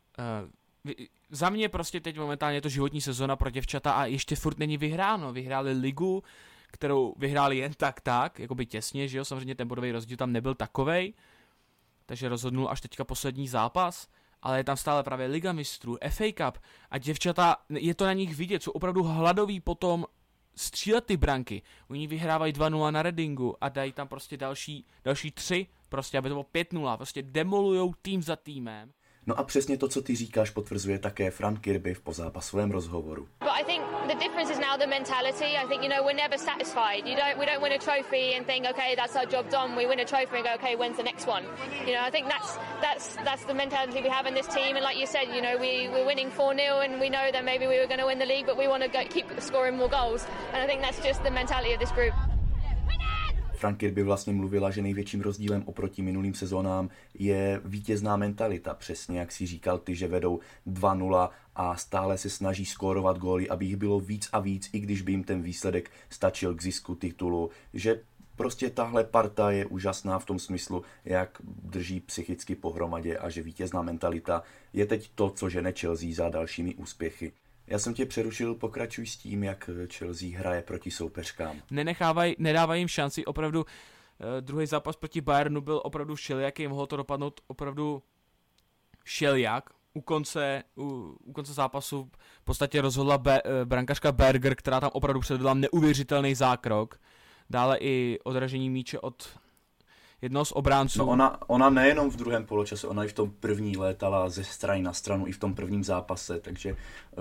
uh, za mě prostě teď momentálně je to životní sezona pro děvčata a ještě furt není vyhráno. Vyhráli ligu, kterou vyhráli jen tak tak, jakoby těsně, že jo, samozřejmě ten bodový rozdíl tam nebyl takovej, takže rozhodnul až teďka poslední zápas, ale je tam stále právě Liga mistrů, F A Cup a děvčata, je to na nich vidět, jsou opravdu hladoví potom střílet ty branky. Oni vyhrávají dva nula na Readingu a dají tam prostě další, další tři, prostě aby to bylo pět nula, prostě demolujou tým za týmem. No a přesně to, co ty říkáš, potvrzuje také Frank Kirby v pozápasovém rozhovoru. But I think the difference is now the mentality. I think, you know, we're never satisfied. You don't, we don't win a trophy and think, okay, that's our job done. We win a trophy and go, okay, when's the next one? You know, I think that's that's that's the mentality we have in this team. And like you said, you know, we we're winning four nil and we know that maybe we were going to win the league, but we want to go, keep scoring more goals. And I think that's just the mentality of this group. Frank Kirby vlastně mluvila, že největším rozdílem oproti minulým sezónám je vítězná mentalita. Přesně jak si říkal ty, že vedou dva nula a stále se snaží skórovat góly, aby jich bylo víc a víc, i když by jim ten výsledek stačil k zisku titulu. Že prostě tahle parta je úžasná v tom smyslu, jak drží psychicky pohromadě a že vítězná mentalita je teď to, co žene Chelsea za dalšími úspěchy. Já jsem tě přerušil, pokračuj s tím, jak Chelsea hraje proti soupeřkám. Nenechávaj, nedávají jim šanci, opravdu eh, druhý zápas proti Bayernu byl opravdu všelijaký, mohlo to dopadnout opravdu všelijak. U konce, u, u konce zápasu v podstatě rozhodla be, eh, brankařka Berger, která tam opravdu předvedla neuvěřitelný zákrok. Dále i odražení míče od jednoho z obránců. No ona, ona nejenom v druhém poločase, ona i v tom první létala ze strany na stranu, i v tom prvním zápase, takže uh,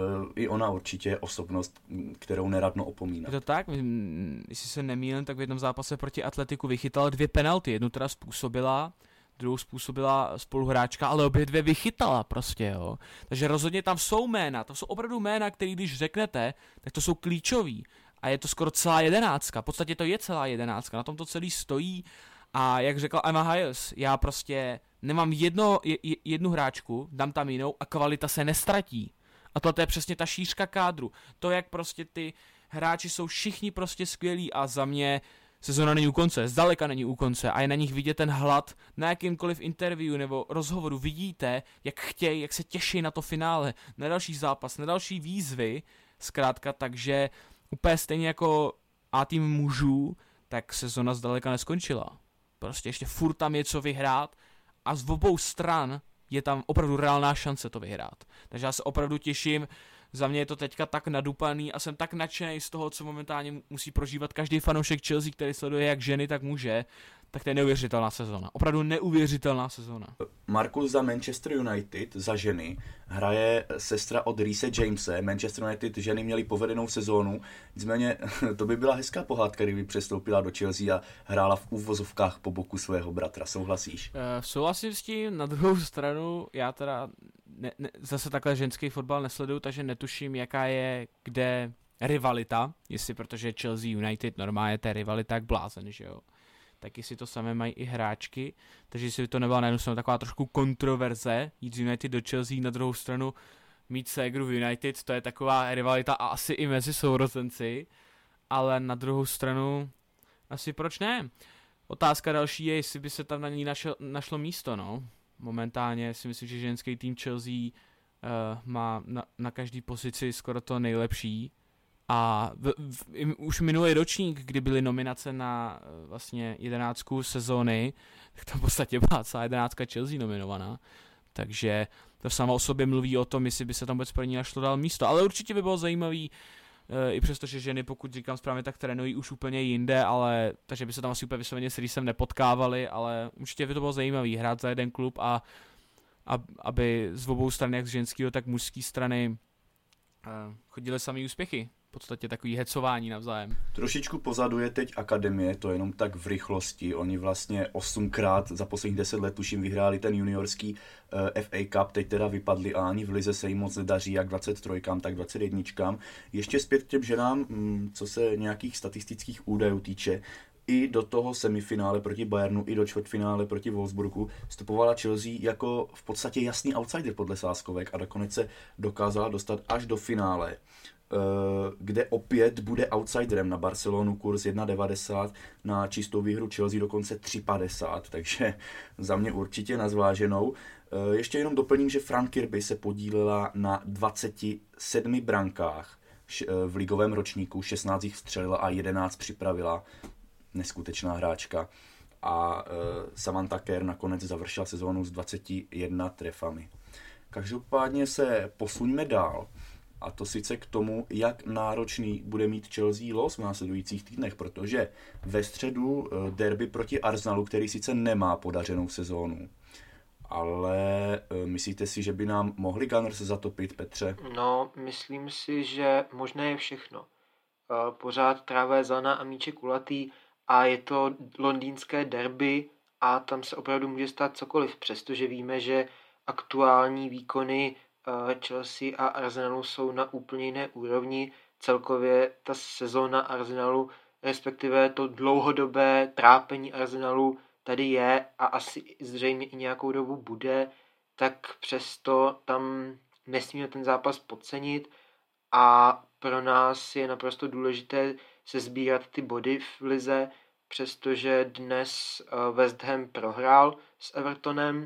i ona určitě je osobnost, kterou neradno opomínat. Je to tak? Jestli se nemýlím, tak v jednom zápase proti Atletiku vychytala dvě penalty. Jednu teda způsobila, druhou způsobila spoluhráčka, ale obě dvě vychytala prostě, jo. Takže rozhodně tam jsou jména, to jsou opravdu jména, které když řeknete, tak to jsou klíčový. A je to skoro celá jedenáctka, v podstatě to je celá jedenáctka, na tom to celý stojí. A jak řekla Emma Hayes, já prostě nemám jedno, jednu hráčku, dám tam jinou a kvalita se nestratí. A to je přesně ta šířka kádru. To, jak prostě ty hráči jsou všichni prostě skvělí a za mě sezona není u konce, zdaleka není u konce a je na nich vidět ten hlad na jakýmkoliv interview nebo rozhovoru. Vidíte, jak chtějí, jak se těší na to finále, na další zápas, na další výzvy, zkrátka, takže úplně stejně jako A tým mužů, tak sezona zdaleka neskončila. Prostě ještě furt tam je co vyhrát a z obou stran je tam opravdu reálná šance to vyhrát. Takže já se opravdu těším, za mě je to teďka tak nadupaný a jsem tak nadšený z toho, co momentálně musí prožívat každý fanoušek Chelsea, který sleduje jak ženy, tak muže. tak to je neuvěřitelná sezona. Opravdu neuvěřitelná sezona. Markus, za Manchester United, za ženy, hraje sestra od Reese Jamese. Manchester United ženy měly povedenou sezónu, nicméně to by byla hezká pohádka, kdyby přestoupila do Chelsea a hrála v úvozovkách po boku svého bratra. Souhlasíš? Uh, souhlasím s tím, na druhou stranu, já teda ne, ne, zase takhle ženský fotbal nesleduju, takže netuším, jaká je kde rivalita, jestli protože Chelsea United normálně to je rivalita jak blázen, že jo. Tak jestli to samé mají i hráčky, takže jestli by to nebyla na jednu stranu taková trošku kontroverze, jít z United do Chelsea, na druhou stranu mít ségru v United, to je taková rivalita a asi i mezi sourozenci, ale na druhou stranu asi proč ne? Otázka další je, jestli by se tam na ní našel, našlo místo, no. Momentálně si myslím, že ženský tým Chelsea uh, má na, na každý pozici skoro to nejlepší. A v, v, už minulý ročník, kdy byly nominace na uh, vlastně jedenáctku sezóny, tak to v podstatě byla celá jedenáctka Chelsea nominovaná. Takže to samo o sobě mluví o tom, jestli by se tam vůbec pro ní našlo dál místo. Ale určitě by bylo zajímavý, i přesto, že ženy, pokud říkám správně, tak trénují už úplně jinde, ale takže by se tam asi úplně vysloveně s Rýsem nepotkávali, ale určitě by to bylo zajímavý hrát za jeden klub a, a aby z obou stran, jak z ženského, tak mužské strany chodily samý úspěchy. V podstatě takový hecování navzájem. Trošičku pozadu je teď akademie, to jenom tak v rychlosti. Oni vlastně osmkrát za posledních deset let tuším vyhráli ten juniorský uh, F A Cup, teď teda vypadli a ani v lize se jim moc nedaří, jak dvacet tři, tak dvacet jedna. Ještě zpět k těm ženám, co se nějakých statistických údajů týče, i do toho semifinále proti Bayernu, i do čtvrtfinále proti Wolfsburgu vstupovala Chelsea jako v podstatě jasný outsider podle sázkovek a nakonec se dokázala dostat až do finále, kde opět bude outsiderem. Na Barcelonu kurz jedna devadesát, na čistou výhru Chelsea dokonce tři padesát, takže za mě určitě na zváženou. Ještě jenom doplním, že Fran Kirby se podílela na dvaceti sedmi brankách v ligovém ročníku, šestnáct jich vstřelila a jedenáct připravila. Neskutečná hráčka. A Samantha Kerr nakonec završila sezónu s dvaceti jedna trefami. Každopádně se posuňme dál. A to sice k tomu, jak náročný bude mít Chelsea los v následujících týdnech, protože ve středu derby proti Arsenalu, který sice nemá podařenou sezónu, ale myslíte si, že by nám mohli Gunners zatopit, Petře? No, myslím si, že možné je všechno. Pořád trávé zelená a míče kulatý a je to londýnské derby a tam se opravdu může stát cokoliv, přestože víme, že aktuální výkony Chelsea a Arsenalu jsou na úplně jiné úrovni. Celkově ta sezóna Arsenalu, respektive to dlouhodobé trápení Arsenalu tady je a asi zřejmě i nějakou dobu bude, tak přesto tam nesmíme ten zápas podcenit a pro nás je naprosto důležité se sbírat ty body v lize, přestože dnes West Ham prohrál s Evertonem,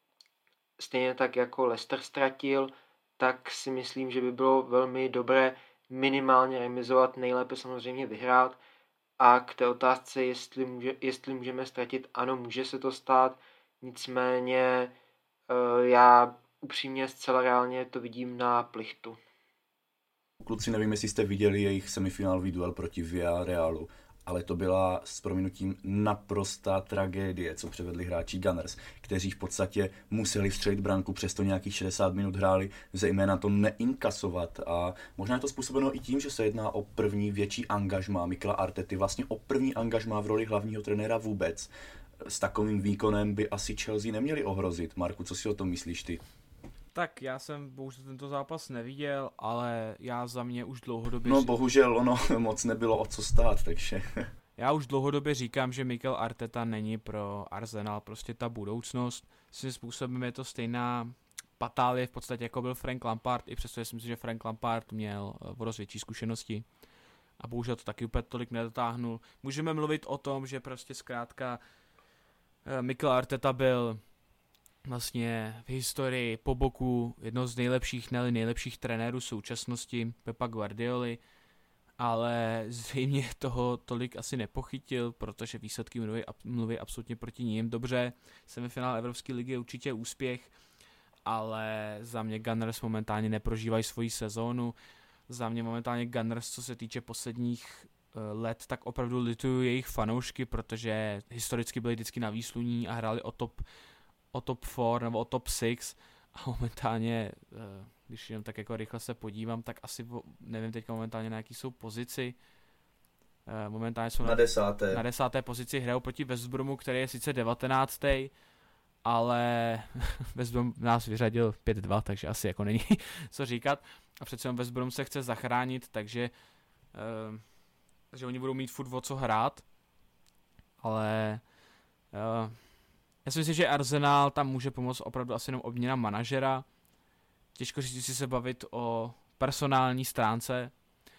stejně tak jako Leicester ztratil, tak si myslím, že by bylo velmi dobré minimálně remizovat, nejlépe samozřejmě vyhrát. A k té otázce, jestli, může, jestli můžeme ztratit, ano, může se to stát, nicméně já upřímně zcela reálně to vidím na plichtu. Kluci, nevím, jestli jste viděli jejich semifinálový duel proti Villarealu, ale to byla s prominutím naprostá tragédie, co převedli hráči Gunners, kteří v podstatě museli vstřelit branku, přesto nějakých šedesát minut hráli, zejména to neinkasovat. A možná je to způsobeno i tím, že se jedná o první větší angažmá Mikela Artety, vlastně o první angažmá v roli hlavního trenéra vůbec. S takovým výkonem by asi Chelsea neměli ohrozit. Marku, co si o tom myslíš ty? Tak já jsem bohužel tento zápas neviděl, ale já za mě už dlouhodobě... No bohužel ono moc nebylo o co stát, takže... Já už dlouhodobě říkám, že Mikel Arteta není pro Arsenal prostě ta budoucnost. Svým způsobem je to stejná patálie v podstatě jako byl Frank Lampard, i přesto si myslím, že Frank Lampard měl o dost větší zkušenosti a bohužel to taky úplně tolik nedotáhnul. Můžeme mluvit o tom, že prostě zkrátka Mikel Arteta byl vlastně v historii po boku jednoho z nejlepších, ne nejlepších trenérů současnosti, Pepa Guardioli, ale zřejmě toho tolik asi nepochytil, protože výsledky mluví, mluví absolutně proti ním. Dobře, semifinál Evropské ligy je určitě úspěch, ale za mě Gunners momentálně neprožívají svoji sezónu. Za mě momentálně Gunners, co se týče posledních let, tak opravdu lituju jejich fanoušky, protože historicky byli vždycky na výsluní a hráli o top, o top čtyři nebo o top šest a momentálně, když jenom tak jako rychle se podívám, tak asi nevím teďka momentálně na jaký jsou pozici. Momentálně jsou na, na desáté. na desáté pozici, hrajou proti West Bromu, který je sice devatenáctý, ale West Brom nás vyřadil pět dva, takže asi jako není co říkat. A přece jen West Brom se chce zachránit, takže, uh, takže oni budou mít furt o co hrát. Ale uh, já si myslím, že Arsenal tam může pomoct opravdu asi jenom obměna manažera. Těžko říct si se bavit o personální stránce,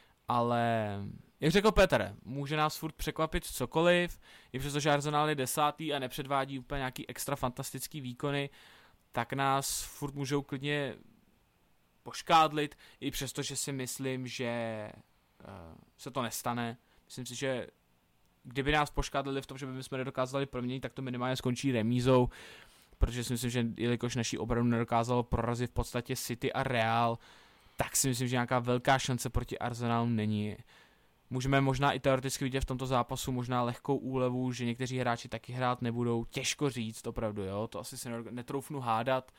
ale jak řekl Petr, může nás furt překvapit cokoliv, i přestože Arsenal je desátý a nepředvádí úplně nějaký extra fantastický výkony, tak nás furt můžou klidně poškádlit, i přesto, že si myslím, že uh, se to nestane. Myslím si, že kdyby nás poškádlili v tom, že by jsme nedokázali proměnit, tak to minimálně skončí remízou, protože si myslím, že jelikož naší obranu nedokázalo prorazit v podstatě City a Real, tak si myslím, že nějaká velká šance proti Arsenalu není. Můžeme možná i teoreticky vidět v tomto zápasu možná lehkou úlevu, že někteří hráči taky hrát nebudou. Těžko říct, opravdu, jo, to asi se netroufnu hádat.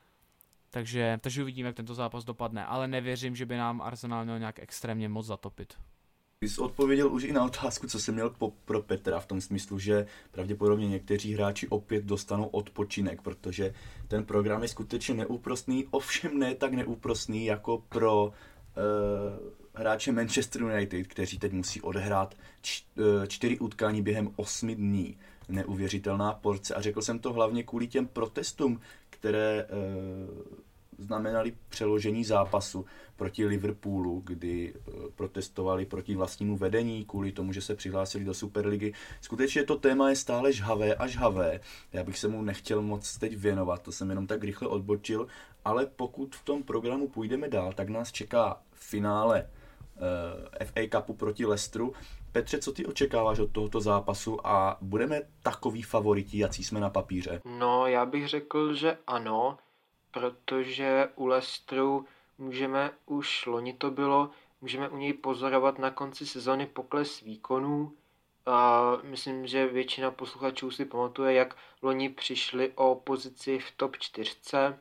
Takže, takže uvidíme, jak tento zápas dopadne, ale nevěřím, že by nám Arsenal měl nějak extrémně moc zatopit. Ty jsi odpověděl už i na otázku, co jsem měl po, pro Petra, v tom smyslu, že pravděpodobně někteří hráči opět dostanou odpočinek, protože ten program je skutečně neúprostný, ovšem ne tak neúprostný jako pro uh, hráče Manchester United, kteří teď musí odehrát č, uh, čtyři utkání během osmi dní. Neuvěřitelná porce a řekl jsem to hlavně kvůli těm protestům, které uh, znamenali přeložení zápasu proti Liverpoolu, kdy protestovali proti vlastnímu vedení kvůli tomu, že se přihlásili do Superligy. Skutečně to téma je stále žhavé a žhavé. Já bych se mu nechtěl moc teď věnovat, to jsem jenom tak rychle odbočil, ale pokud v tom programu půjdeme dál, tak nás čeká finále uh, F A Cupu proti Leicesteru. Petře, co ty očekáváš od tohoto zápasu a budeme takový favoriti, jací jsme na papíře? No, já bych řekl, že ano, protože u Leicesteru můžeme, už loni to bylo, můžeme u něj pozorovat na konci sezony pokles výkonů. A myslím, že většina posluchačů si pamatuje, jak loni přišli o pozici v top čtyřce.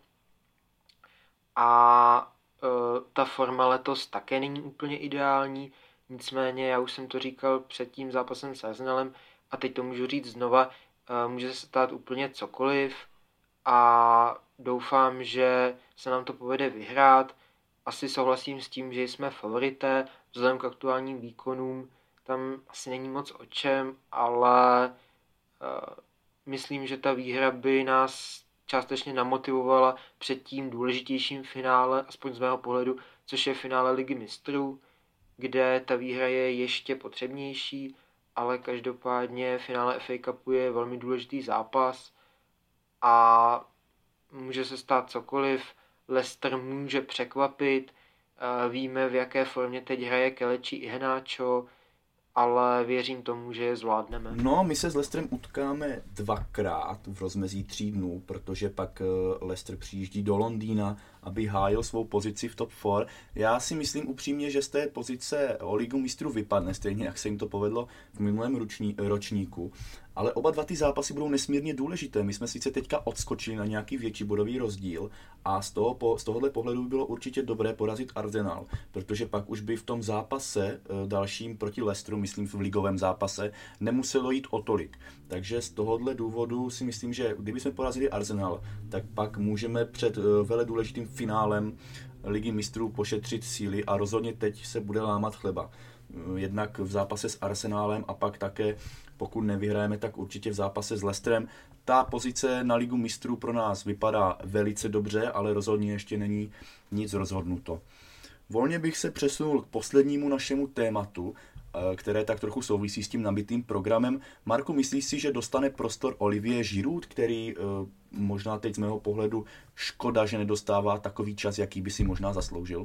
A e, ta forma letos také není úplně ideální, nicméně já už jsem to říkal před tím zápasem s Arsenalem a teď to můžu říct znova, e, může se stát úplně cokoliv a doufám, že se nám to povede vyhrát. Asi souhlasím s tím, že jsme favorité, vzhledem k aktuálním výkonům, tam asi není moc o čem, ale uh, myslím, že ta výhra by nás částečně namotivovala před tím důležitějším finále, aspoň z mého pohledu, což je finále Ligy mistrů, kde ta výhra je ještě potřebnější, ale každopádně finále F A Cupu je velmi důležitý zápas a může se stát cokoliv. Leicester může překvapit, víme, v jaké formě teď hraje Kelechi Iheanacho, ale věřím tomu, že je zvládneme. No, my se s Leicesterem utkáme dvakrát v rozmezí tří dnů, protože pak Leicester přijíždí do Londýna, aby hájil svou pozici v top čtyři. Já si myslím upřímně, že z té pozice o Ligu mistrů vypadne, stejně jak se jim to povedlo v minulém ruční, ročníku. Ale oba dva ty zápasy budou nesmírně důležité. My jsme sice teďka odskočili na nějaký větší bodový rozdíl a z, toho, po, z tohohle pohledu by bylo určitě dobré porazit Arsenal, protože pak už by v tom zápase dalším proti Leicesteru, myslím v ligovém zápase, nemuselo jít o tolik. Takže z tohohle důvodu si myslím, že kdybychom porazili Arsenal, tak pak můžeme před vele důležitým finálem Ligy mistrů pošetřit síly a rozhodně teď se bude lámat chleba. Jednak v zápase s Arsenálem a pak také, pokud nevyhrajeme, tak určitě v zápase s Leicesterem. Ta pozice na Ligu mistrů pro nás vypadá velice dobře, ale rozhodně ještě není nic rozhodnuto. Volně bych se přesunul k poslednímu našemu tématu, které tak trochu souvisí s tím nabitým programem. Marku, myslíš si, že dostane prostor Olivier Giroud, který možná teď z mého pohledu škoda, že nedostává takový čas, jaký by si možná zasloužil?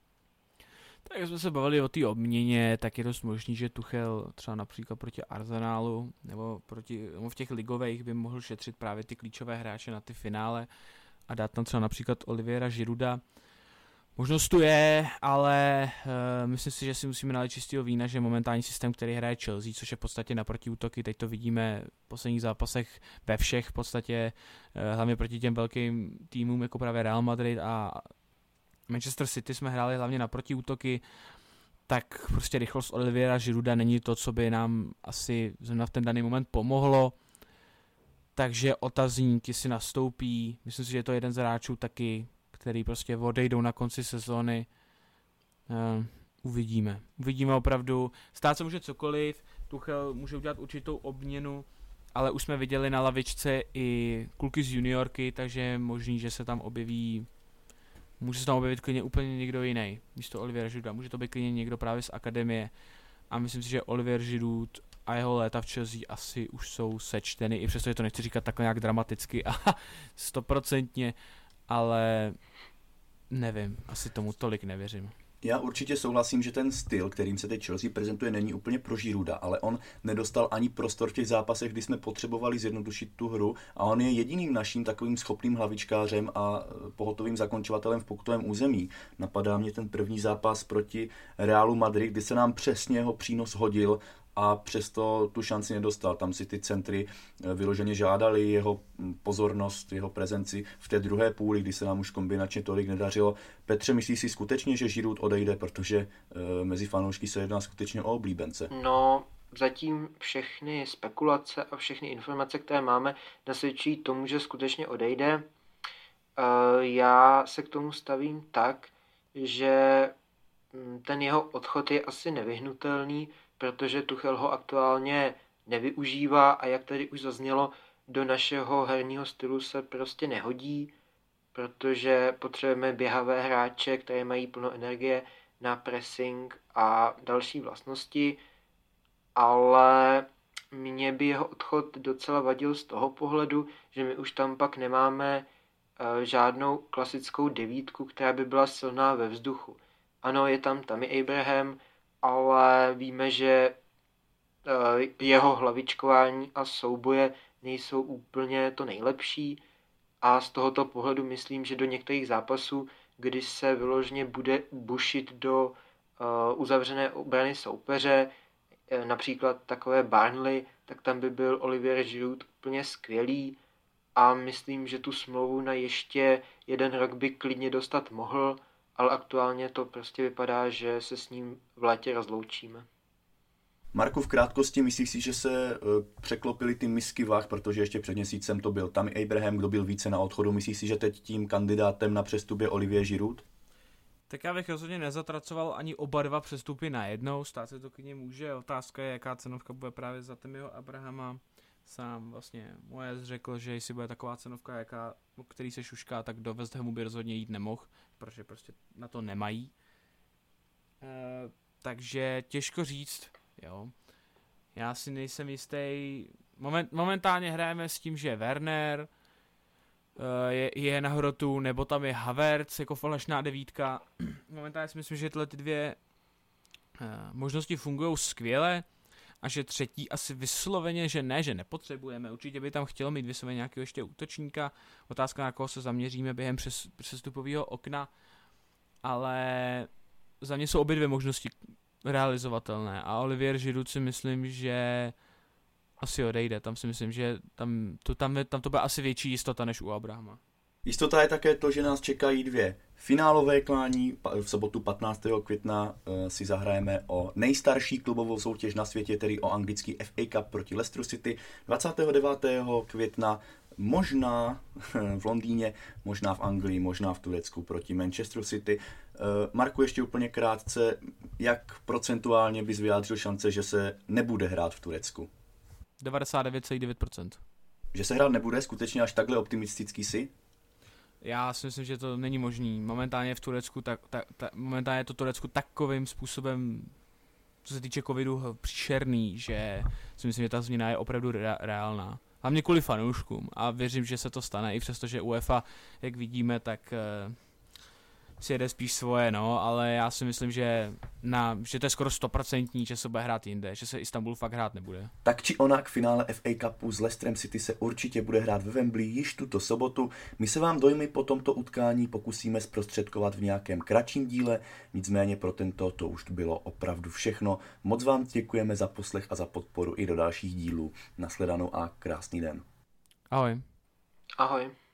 Tak jak jsme se bavili o té obměně, tak je dost možný, že Tuchel třeba například proti Arsenalu nebo, proti, nebo v těch ligových by mohl šetřit právě ty klíčové hráče na ty finále a dát tam třeba například Oliviera Girouda. Možnost tu je, ale uh, myslím si, že si musíme nalít čistého vína, že momentální systém, který hraje Chelsea, což je v podstatě na protiútoky, teď to vidíme v posledních zápasech ve všech v podstatě, uh, hlavně proti těm velkým týmům, jako právě Real Madrid a Manchester City jsme hráli hlavně na protiútoky, tak prostě rychlost Oliviera Girouda není to, co by nám asi v ten daný moment pomohlo. Takže otazník, jestli nastoupí, myslím si, že je to jeden z hráčů taky, který prostě odejdou na konci sezóny. Uh, uvidíme. Uvidíme opravdu. Stát se může cokoliv, Tuchel může udělat určitou obměnu, ale už jsme viděli na lavičce i kluky z juniorky, takže je možný, že se tam objeví, může se tam objevit klidně úplně někdo jiný místo Oliviera Girouda. Může to být klidně někdo právě z akademie. A myslím si, že Olivier Giroud a jeho léta v Chelsea asi už jsou sečteny, i přesto, že to nechci říkat takhle nějak dramaticky a stoprocentně, ale nevím, asi tomu tolik nevěřím. Já určitě souhlasím, že ten styl, kterým se teď Chelsea prezentuje, není úplně pro Girouda, ale on nedostal ani prostor v těch zápasech, kdy jsme potřebovali zjednodušit tu hru a on je jediným naším takovým schopným hlavičkářem a pohotovým zakončovatelem v pokutovém území. Napadá mě ten první zápas proti Realu Madrid, kdy se nám přesně jeho přínos hodil a přesto tu šanci nedostal. Tam si ty centry vyloženě žádali jeho pozornost, jeho prezenci v té druhé půli, kdy se nám už kombinačně tolik nedařilo. Petře, myslíš si skutečně, že Giroud odejde, protože e, mezi fanoušky se jedná skutečně o oblíbence? No, zatím všechny spekulace a všechny informace, které máme, nasvědčují tomu, že skutečně odejde. E, já se k tomu stavím tak, že ten jeho odchod je asi nevyhnutelný, protože Tuchel ho aktuálně nevyužívá a jak tady už zaznělo, do našeho herního stylu se prostě nehodí, protože potřebujeme běhavé hráče, které mají plno energie na pressing a další vlastnosti, ale mě by jeho odchod docela vadil z toho pohledu, že my už tam pak nemáme žádnou klasickou devítku, která by byla silná ve vzduchu. Ano, je tam Tammy Abraham, ale víme, že jeho hlavičkování a souboje nejsou úplně to nejlepší a z tohoto pohledu myslím, že do některých zápasů, kdy se vyloženě bude bušit do uzavřené obrany soupeře, například takové Burnley, tak tam by byl Olivier Giroud úplně skvělý a myslím, že tu smlouvu na ještě jeden rok by klidně dostat mohl, ale aktuálně to prostě vypadá, že se s ním v létě rozloučíme. Marku, v krátkosti, myslíš si, že se uh, překlopily ty misky vah, protože ještě před měsícem to byl Tammy Abraham, kdo byl více na odchodu. Myslíš si, že teď tím kandidátem na přestup je Olivier Giroud? Tak já bych rozhodně nezatracoval ani oba dva přestupy najednou, stát se to klidně může. Otázka je, jaká cenovka bude právě za Tammyho Abrahama. Sám vlastně Moyes řekl, že jestli bude taková cenovka, jaká, o který se šušká, tak do West Hamu by rozhodně jít nemohl, protože prostě na to nemají. E, takže těžko říct, jo. Já si nejsem jistý. Moment, momentálně hrajeme s tím, že je Werner, je, je na hrotu, nebo tam je Havertz jako falešná devítka. Momentálně si myslím, že tyhle ty dvě uh, možnosti fungují skvěle a že třetí asi vysloveně, že ne, že nepotřebujeme. Určitě by tam chtělo mít vysloveně nějakého ještě útočníka. Otázka, na koho se zaměříme během přes, přestupového okna. Ale za mě jsou obě dvě možnosti realizovatelné a Olivier Giroud si myslím, že asi odejde. Tam si myslím, že tam to, tam, tam to bude asi větší jistota než u Abrahama. Jistota je také to, že nás čekají dvě finálové klání. V sobotu patnáctého května si zahrajeme o nejstarší klubovou soutěž na světě, tedy o anglický F A Cup proti Leicester City. dvacátého devátého května možná v Londýně, možná v Anglii, možná v Turecku proti Manchester City. Marku, ještě úplně krátce, jak procentuálně bys vyjádřil šance, že se nebude hrát v Turecku? devadesát devět celá devět procent. Že se hrát nebude? Skutečně až takhle optimistický jsi? Já si myslím, že to není možný. Momentálně v Turecku, tak, tak, tak, momentálně je to Turecku takovým způsobem, co se týče covidu, příšerný, že si myslím, že ta změna je opravdu re- reálná. Hlavně kvůli fanouškům a věřím, že se to stane, i přesto, že UEFA, jak vidíme, tak si jede spíš svoje, no, ale já si myslím, že, na, že to je skoro stoprocentní, že se bude hrát jinde, že se Istanbul fakt hrát nebude. Tak či onak finále F A Cupu s Leicesterem City se určitě bude hrát ve Wembley již tuto sobotu. My se vám dojmy po tomto utkání pokusíme zprostředkovat v nějakém kratším díle, nicméně pro tento to už bylo opravdu všechno. Moc vám děkujeme za poslech a za podporu i do dalších dílů. Nashledanou a krásný den. Ahoj. Ahoj.